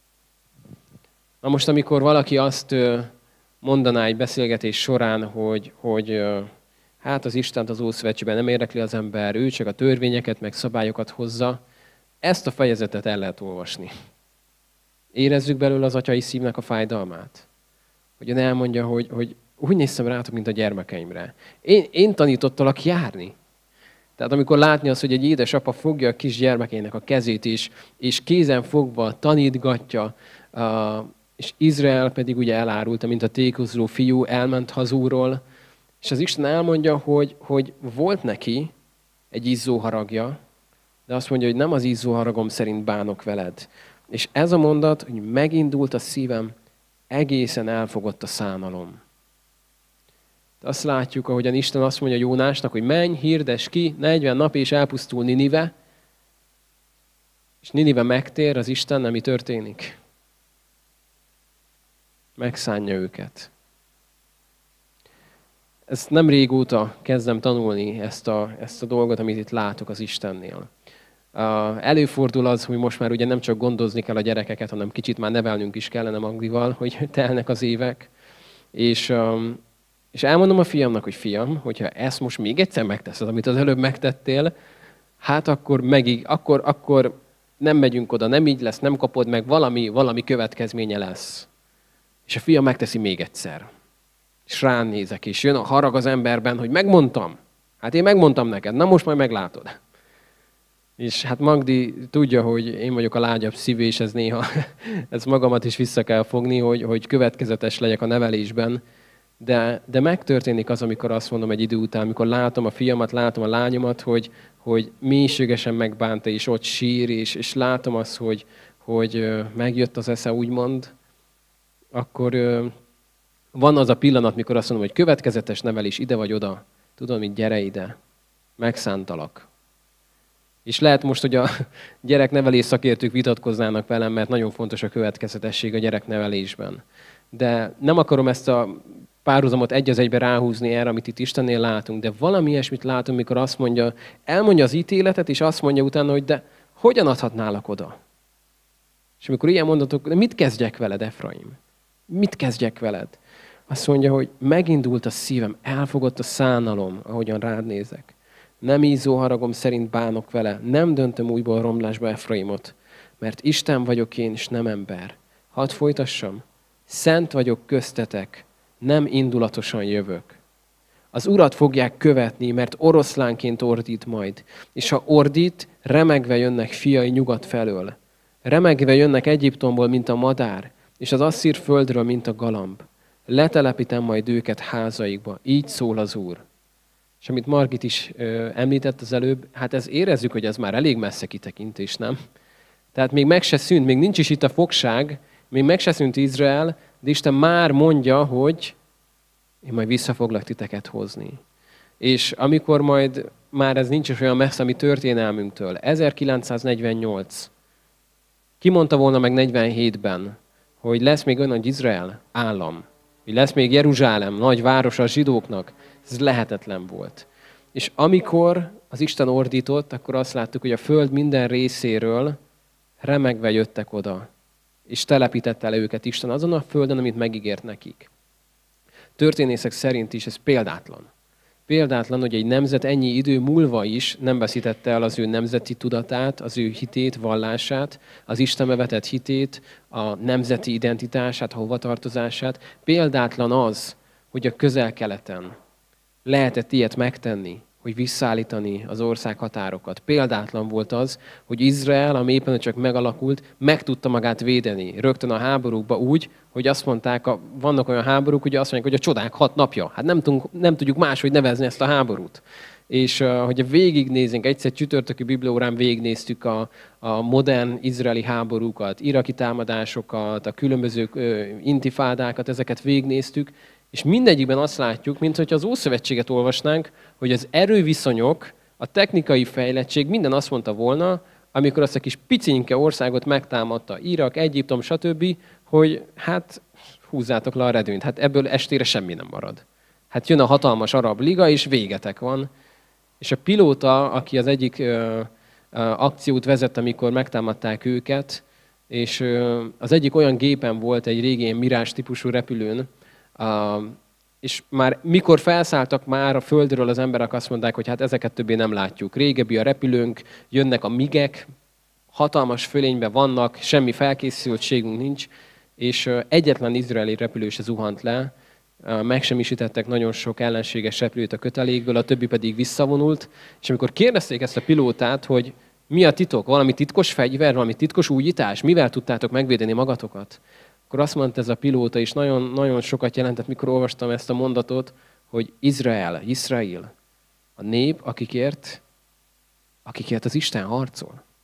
Na most, amikor valaki azt mondaná egy beszélgetés során, hogy, hogy hát az Istent az Ószövetségben nem érdekli az ember, ő csak a törvényeket, meg szabályokat hozza, ezt a fejezetet el lehet olvasni. Érezzük belőle az atyai szívnek a fájdalmát. Hogyan elmondja, hogy, hogy úgy néztem rátok, mint a gyermekeimre. Én, én tanítottalak járni. Tehát amikor látni azt, hogy egy édesapa fogja a kis gyermekének a kezét is, és kézen fogva tanítgatja, és Izrael pedig ugye elárulta, mint a tékozló fiú, elment hazúról, és az Isten elmondja, hogy, hogy volt neki egy izzó haragja, de azt mondja, hogy nem az izzó haragom szerint bánok veled. És ez a mondat, hogy megindult a szívem, egészen elfogott a szánalom. Azt látjuk, ahogyan Isten azt mondja Jónásnak, hogy menj, hirdess ki, negyven nap és elpusztul Ninive, és Ninive megtér, az Isten, ami történik. Megszánja őket. Ezt nem régóta kezdem tanulni, ezt a, ezt a dolgot, amit itt látok az Istennél. Előfordul az, hogy most már ugye nem csak gondozni kell a gyerekeket, hanem kicsit már nevelnünk is kellene Magdival, hogy telnek az évek. És, és elmondom a fiamnak, hogy fiam, hogyha ezt most még egyszer megteszed, amit az előbb megtettél, hát akkor, megig, akkor, akkor nem megyünk oda, nem így lesz, nem kapod meg, valami, valami következménye lesz. És a fiam megteszi még egyszer. És rám nézek, és jön a harag az emberben, hogy megmondtam. Hát én megmondtam neked, na most majd meglátod. És hát Magdi tudja, hogy én vagyok a lágyabb szívű, és ez néha, ez magamat is vissza kell fogni, hogy, hogy következetes legyek a nevelésben. De, de megtörténik az, amikor azt mondom egy idő után, amikor látom a fiamat, látom a lányomat, hogy, hogy mélységesen megbánta, és ott sír, és, és látom azt, hogy, hogy megjött az esze, úgymond, akkor van az a pillanat, mikor azt mondom, hogy következetes nevelés, ide vagy oda, tudom, hogy gyere ide, megszántalak. És lehet most, hogy a gyereknevelés szakértők vitatkoznának velem, mert nagyon fontos a következetesség a gyereknevelésben. De nem akarom ezt a párhuzamot egy az egybe ráhúzni erre, amit itt Istennél látunk, de valami ilyesmit látunk, mikor azt mondja, elmondja az ítéletet, és azt mondja utána, hogy de hogyan adhatnálak oda? És amikor ilyen mondatok, de mit kezdjek veled, Efraim? Mit kezdjek veled? Azt mondja, hogy megindult a szívem, elfogott a szánalom, ahogyan rád nézek. Nem ízó haragom szerint bánok vele, nem döntöm újból romlásba Efraimot, mert Isten vagyok én, és nem ember. Hadd folytassam, szent vagyok köztetek, nem indulatosan jövök. Az Urat fogják követni, mert oroszlánként ordít majd, és ha ordít, remegve jönnek fiai nyugat felől. Remegve jönnek Egyiptomból, mint a madár, és az asszír földről, mint a galamb. Letelepítem majd őket házaikba, így szól az Úr. És amit Margit is ö, említett az előbb, hát ez érezzük, hogy ez már elég messze kitekintés, nem? Tehát még meg se szűnt, még nincs is itt a fogság, még meg se szűnt Izrael, de Isten már mondja, hogy én majd vissza foglak titeket hozni. És amikor majd, már ez nincs is olyan messze a mi történelmünktől, ezerkilencszáznegyvennyolc, ki mondta volna meg negyvenhétben, hogy lesz még olyan, hogy Izrael állam, hogy lesz még Jeruzsálem, nagy város a zsidóknak, ez lehetetlen volt. És amikor az Isten ordított, akkor azt láttuk, hogy a föld minden részéről remegve jöttek oda, és telepítette el őket Isten azon a földön, amit megígért nekik. Történészek szerint is ez példátlan. Példátlan, hogy egy nemzet ennyi idő múlva is nem veszítette el az ő nemzeti tudatát, az ő hitét, vallását, az Istenbe vetett hitét, a nemzeti identitását, hovatartozását. Példátlan az, hogy a Közel-Keleten lehetett ilyet megtenni, hogy visszaállítani az ország határokat. Példátlan volt az, hogy Izrael, ami éppen csak megalakult, meg tudta magát védeni rögtön a háborúkba úgy, hogy azt mondták, a, vannak olyan háborúk, hogy azt mondják, hogy a csodák hat napja. Hát nem, tudunk, nem tudjuk máshogy nevezni ezt a háborút. És uh, hogyha végignézünk, egyszer csütörtöki bibliaórán végignéztük a, a modern izraeli háborúkat, iraki támadásokat, a különböző uh, intifádákat, ezeket végignéztük, és mindegyikben azt látjuk, mint hogyha az Ószövetséget olvasnánk, hogy az erőviszonyok, a technikai fejlettség, minden azt mondta volna, amikor azt a kis picinke országot megtámadta, Irak, Egyiptom, stb., hogy hát húzzátok le a redőnyt, hát ebből estére semmi nem marad. Hát jön a hatalmas arab liga, és végetek van. És a pilóta, aki az egyik ö, ö, akciót vezet, amikor megtámadták őket, és ö, az egyik olyan gépen volt, egy régi ilyen Mirage típusú repülőn, Uh, és már mikor felszálltak már a földről, az emberek azt mondták, hogy hát ezeket többé nem látjuk. Régebbi a repülőnk, jönnek a migek, hatalmas fölényben vannak, semmi felkészültségünk nincs, és uh, egyetlen izraeli repülő se zuhant le, uh, megsemmisítettek nagyon sok ellenséges repülőt a kötelékből, a többi pedig visszavonult, és amikor kérdezték ezt a pilótát, hogy mi a titok, valami titkos fegyver, valami titkos újítás, mivel tudtátok megvédeni magatokat, akkor azt mondta ez a pilóta, és nagyon, nagyon sokat jelentett, mikor olvastam ezt a mondatot, hogy Izrael, Izrael, a nép, akikért, akikért az Isten harcol.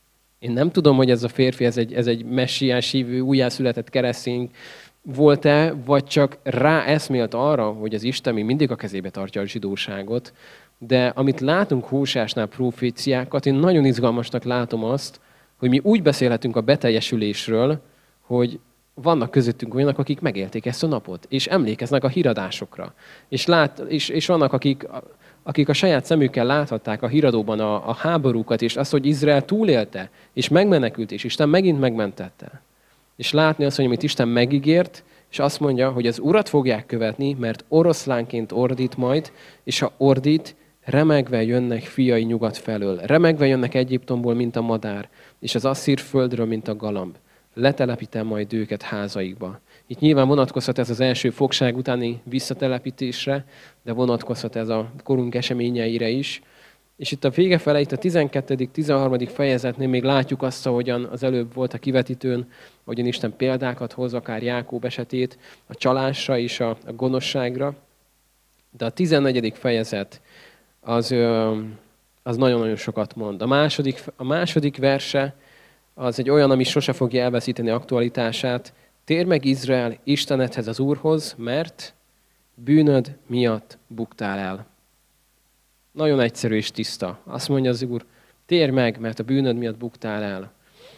Én nem tudom, hogy ez a férfi, ez egy, ez egy messiás hívő, újjászületett keresztény volt-e, vagy csak rá eszmélt arra, hogy az Isten még mindig a kezébe tartja a zsidóságot. De amit látunk Hóseásnál proféciákat, én nagyon izgalmasnak látom azt, hogy mi úgy beszélhetünk a beteljesülésről, hogy vannak közöttünk olyanok, akik megélték ezt a napot, és emlékeznek a híradásokra. És, lát, és, és vannak, akik, akik a saját szemükkel láthatták a híradóban a, a háborúkat, és azt, hogy Izrael túlélte, és megmenekült, és Isten megint megmentette. És látni azt, hogy amit Isten megígért, és azt mondja, hogy az Urat fogják követni, mert oroszlánként ordít majd, és ha ordít, remegve jönnek fiai nyugat felől. Remegve jönnek Egyiptomból, mint a madár, és az asszír földről, mint a galamb. Letelepítem majd őket házaikba. Itt nyilván vonatkozhat ez az első fogság utáni visszatelepítésre, de vonatkozhat ez a korunk eseményeire is. És itt a vége fele, itt a tizenkettedik tizenharmadik fejezetnél még látjuk azt, ahogyan az előbb volt a kivetítőn, ahogyan Isten példákat hoz, akár Jákób esetét, a csalásra és a, a gonoszságra. De a tizennegyedik fejezet az, az nagyon-nagyon sokat mond. A második, a második verse az egy olyan, ami sose fogja elveszíteni aktualitását. Térj meg Izrael Istenedhez, az Úrhoz, mert bűnöd miatt buktál el. Nagyon egyszerű és tiszta. Azt mondja az Úr, térj meg, mert a bűnöd miatt buktál el.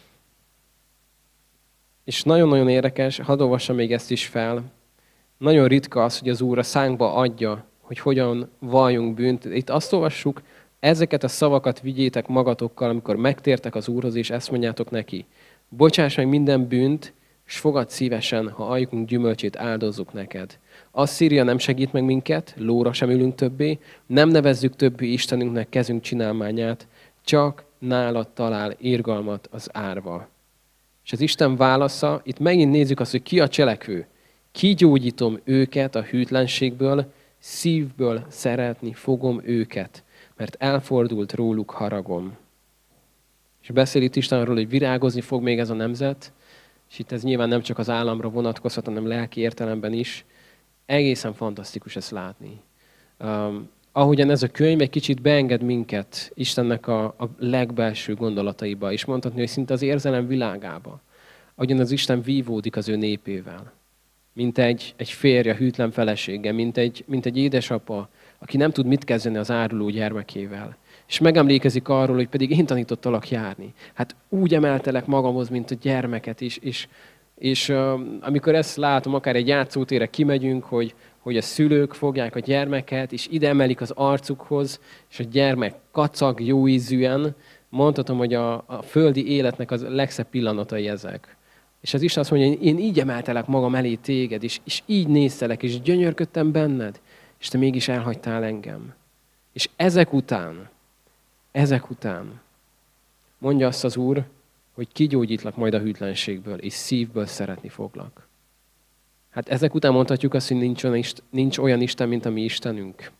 És nagyon-nagyon érdekes, hadd olvassam még ezt is fel. Nagyon ritka az, hogy az Úr a szánkba adja, hogy hogyan valljunk bűnt. Itt azt olvassuk, ezeket a szavakat vigyétek magatokkal, amikor megtértek az Úrhoz, és ezt mondjátok neki. Bocsáss meg minden bűnt, és fogad szívesen, ha ajkunk gyümölcsét áldozzuk neked. Asszíria nem segít meg minket, lóra sem ülünk többé, nem nevezzük többi Istenünknek kezünk csinálmányát, csak nálad talál irgalmat az árva. És az Isten válasza, itt megint nézzük azt, hogy ki a cselekvő. Kigyógyítom őket a hűtlenségből, szívből szeretni fogom őket, mert elfordult róluk haragom. És beszél itt Isten arról, hogy virágozni fog még ez a nemzet, és itt ez nyilván nem csak az államra vonatkozhat, hanem lelki értelemben is. Egészen fantasztikus ezt látni. Um, ahogyan ez a könyv egy kicsit beenged minket Istennek a, a legbelső gondolataiba, és mondhatni, hogy szinte az érzelem világába. Ahogyan az Isten vívódik az ő népével. Mint egy, egy férje hűtlen felesége, mint egy, mint egy édesapa, aki nem tud mit kezdeni az áruló gyermekével. És megemlékezik arról, hogy pedig én tanítottalak járni. Hát úgy emeltelek magamhoz, mint a gyermeket is. És, és uh, amikor ezt látom, akár egy játszótérre kimegyünk, hogy, hogy a szülők fogják a gyermeket, és ide emelik az arcukhoz, és a gyermek kacag, jó ízűen, mondhatom, hogy a, a földi életnek az legszebb pillanatai ezek. És az Isten azt mondja, hogy én így emeltelek magam elé téged, és, és így néztelek, és gyönyörködtem benned, és te mégis elhagytál engem. És ezek után, ezek után mondja azt az Úr, hogy kigyógyítlak majd a hűtlenségből, és szívből szeretni foglak. Hát ezek után mondhatjuk azt, hogy nincs olyan, Isten, nincs olyan Isten, mint a mi Istenünk.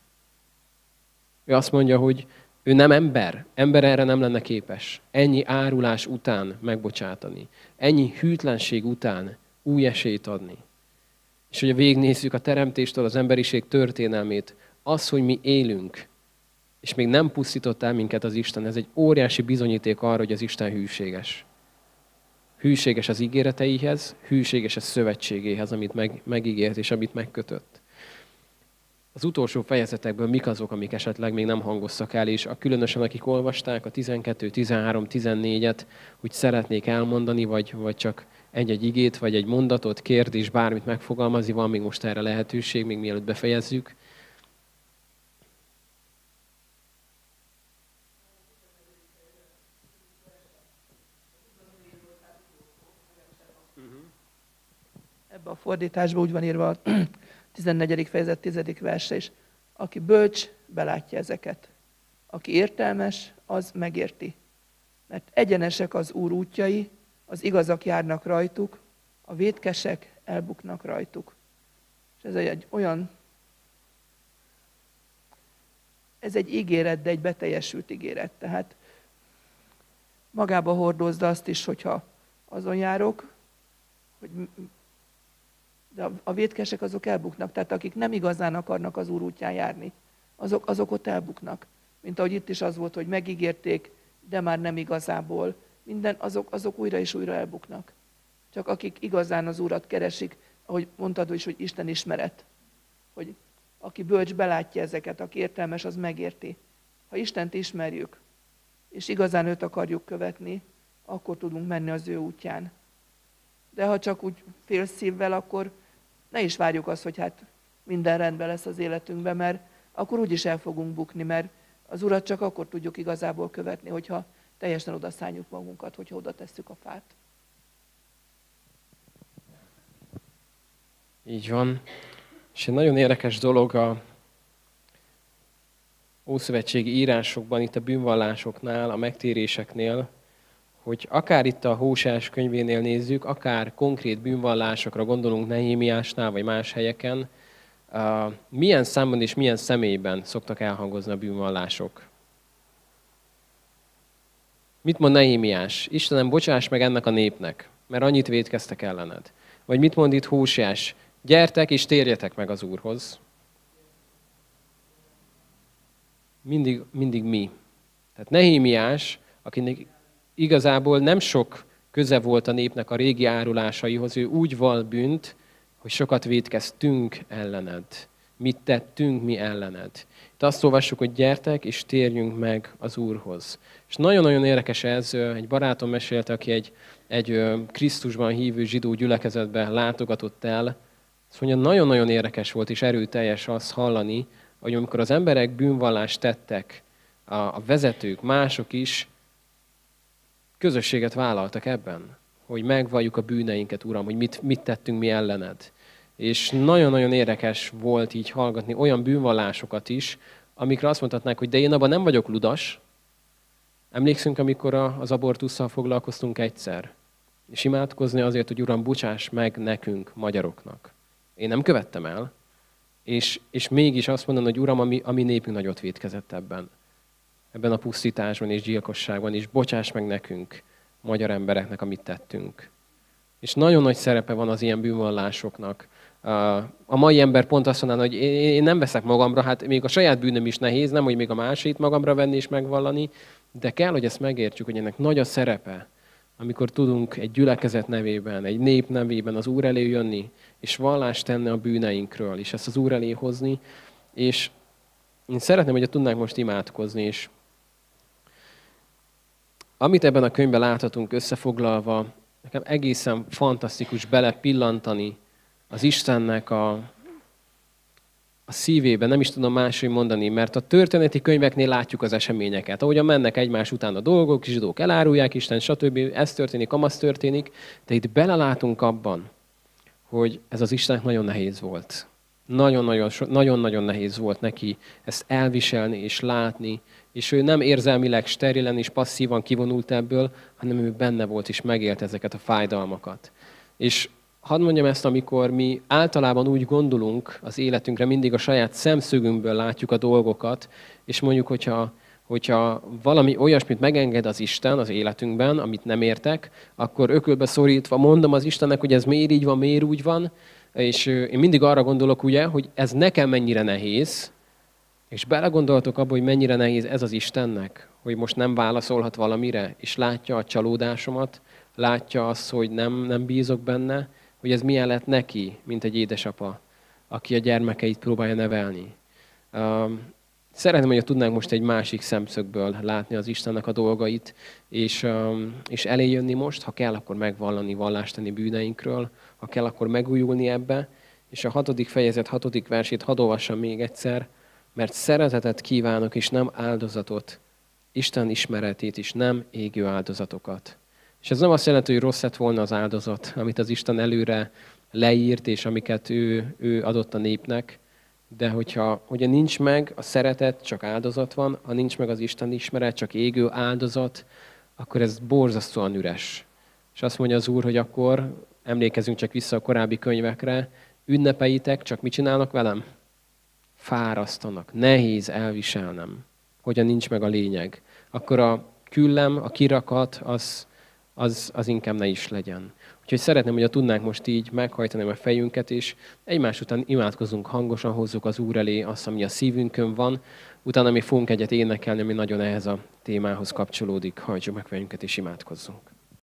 Ő azt mondja, hogy ő nem ember, ember erre nem lenne képes. Ennyi árulás után megbocsátani. Ennyi hűtlenség után új esélyt adni. És hogy végignézzük a teremtéstől az emberiség történelmét, az, hogy mi élünk, és még nem pusztított el minket az Isten, ez egy óriási bizonyíték arra, hogy az Isten hűséges. Hűséges az ígéreteihez, hűséges a szövetségéhez, amit meg, megígért és amit megkötött. Az utolsó fejezetekből mik azok, amik esetleg még nem hangoztak el, és a különösen akik olvasták a tizenkettő, tizenhárom, tizennégyet, úgy szeretnék elmondani, vagy, vagy csak egy-egy igét, vagy egy mondatot, kérdés, bármit megfogalmazni, van még most erre lehetőség, még mielőtt befejezzük. Ebben a fordításban úgy van írva a tizennegyedik fejezet tizedik verse is. Aki bölcs, belátja ezeket. Aki értelmes, az megérti. Mert egyenesek az Úr útjai, az igazak járnak rajtuk, a vétkesek elbuknak rajtuk. És ez egy olyan, ez egy ígéret, de egy beteljesült ígéret. Tehát magába hordozza azt is, hogyha azon járok, hogy de a vétkesek azok elbuknak, tehát akik nem igazán akarnak az Úr útján járni, azok, azok ott elbuknak. Mint ahogy itt is az volt, hogy megígérték, de már nem igazából, minden, azok, azok újra és újra elbuknak. Csak akik igazán az Urat keresik, ahogy mondtad is, hogy Isten ismeret, hogy aki bölcs belátja ezeket, aki értelmes, az megérti. Ha Istent ismerjük, és igazán őt akarjuk követni, akkor tudunk menni az ő útján. De ha csak úgy félszívvel, akkor ne is várjuk azt, hogy hát minden rendben lesz az életünkben, mert akkor úgyis el fogunk bukni, mert az Urat csak akkor tudjuk igazából követni, hogyha teljesen odaszálljuk magunkat, hogyha oda tesszük a fát. Így van. És egy nagyon érdekes dolog a ószövetségi írásokban, itt a bűnvallásoknál, a megtéréseknél, hogy akár itt a Hóseás könyvénél nézzük, akár konkrét bűnvallásokra gondolunk Nehémiásnál, vagy más helyeken, uh, milyen számban és milyen személyben szoktak elhangozni a bűnvallások. Mit mond Nehémiás? Istenem, bocsáss meg ennek a népnek, mert annyit vétkeztek ellened. Vagy mit mond itt Hóseás? Gyertek és térjetek meg az Úrhoz. Mindig, mindig mi. Tehát Nehémiás, akinek igazából nem sok köze volt a népnek a régi árulásaihoz, ő úgy val bűnt, hogy sokat vétkeztünk ellened. Mit tettünk mi ellened. Itt azt olvassuk, hogy gyertek és térjünk meg az Úrhoz. És nagyon-nagyon érdekes ez, egy barátom mesélte, aki egy, egy Krisztusban hívő zsidó gyülekezetbe látogatott el. Azt mondja, nagyon-nagyon érdekes volt és erőteljes azt hallani, hogy amikor az emberek bűnvallást tettek, a, a vezetők, mások is közösséget vállaltak ebben, hogy megvalljuk a bűneinket, Uram, hogy mit, mit tettünk mi ellened. És nagyon-nagyon érdekes volt így hallgatni olyan bűnvallásokat is, amikre azt mondhatnák, hogy de én abban nem vagyok ludas. Emlékszünk, amikor az abortusszal foglalkoztunk egyszer, és imádkozni azért, hogy Uram, bocsáss meg nekünk, magyaroknak. Én nem követtem el, és, és mégis azt mondani, hogy Uram, a mi, a mi népünk nagyot vétkezett ebben. Ebben a pusztításban és gyilkosságban is. Bocsáss meg nekünk, magyar embereknek, amit tettünk. És nagyon nagy szerepe van az ilyen bűnvallásoknak. A mai ember pont azt mondaná, hogy én nem veszek magamra, hát még a saját bűnöm is nehéz, nem, hogy még a másét magamra venni és megvallani, de kell, hogy ezt megértsük, hogy ennek nagy a szerepe, amikor tudunk egy gyülekezet nevében, egy nép nevében az Úr elé jönni, és vallást tenni a bűneinkről, és ezt az Úr elé hozni, és én szeretném, hogy tudnánk most imádkozni, és amit ebben a könyvben láthatunk összefoglalva, nekem egészen fantasztikus belepillantani az Istennek a, a szívébe, nem is tudom máshogy mondani, mert a történeti könyveknél látjuk az eseményeket. Ahogyan mennek egymás után a dolgok, zsidók elárulják Isten, stb. Ez történik, amaz történik, de itt belelátunk abban, hogy ez az Istennek nagyon nehéz volt. Nagyon-nagyon nehéz volt neki ezt elviselni és látni, és ő nem érzelmileg sterilen és passzívan kivonult ebből, hanem ő benne volt és megélt ezeket a fájdalmakat. És hadd mondjam ezt, amikor mi általában úgy gondolunk az életünkre, mindig a saját szemszögünkből látjuk a dolgokat, és mondjuk, hogyha, hogyha valami olyasmit megenged az Isten az életünkben, amit nem értek, akkor ökölbe szorítva mondom az Istennek, hogy ez miért így van, miért úgy van, és én mindig arra gondolok, ugye, hogy ez nekem mennyire nehéz, és belegondoltok abba, hogy mennyire nehéz ez az Istennek, hogy most nem válaszolhat valamire, és látja a csalódásomat, látja azt, hogy nem, nem bízok benne, hogy ez milyen lett neki, mint egy édesapa, aki a gyermekeit próbálja nevelni. Szeretném, hogy tudnánk most egy másik szemszögből látni az Istennek a dolgait, és, és elé jönni most, ha kell, akkor megvallani, vallást tenni bűneinkről, ha kell, akkor megújulni ebbe, és a hatodik fejezet hatodik versét hadd olvassam még egyszer, mert szeretetet kívánok, és nem áldozatot, Isten ismeretét is, nem égő áldozatokat. És ez nem azt jelenti, hogy rossz lett volna az áldozat, amit az Isten előre leírt, és amiket ő, ő adott a népnek, de hogyha, hogyha nincs meg a szeretet, csak áldozat van, ha nincs meg az Isten ismeret, csak égő áldozat, akkor ez borzasztóan üres. És azt mondja az Úr, hogy akkor emlékezünk csak vissza a korábbi könyvekre, ünnepeitek, csak mit csinálnak velem? Fárasztanak, nehéz elviselnem, hogyha nincs meg a lényeg. Akkor a küllem, a kirakat, az, az, az inkább ne is legyen. Úgyhogy szeretném, hogy tudnánk most így meghajtani a fejünket, és egymás után imádkozunk hangosan, hozzuk az Úr elé azt, ami a szívünkön van, utána mi fogunk egyet énekelni, ami nagyon ehhez a témához kapcsolódik. Hajtsuk meg fejünket és imádkozzunk.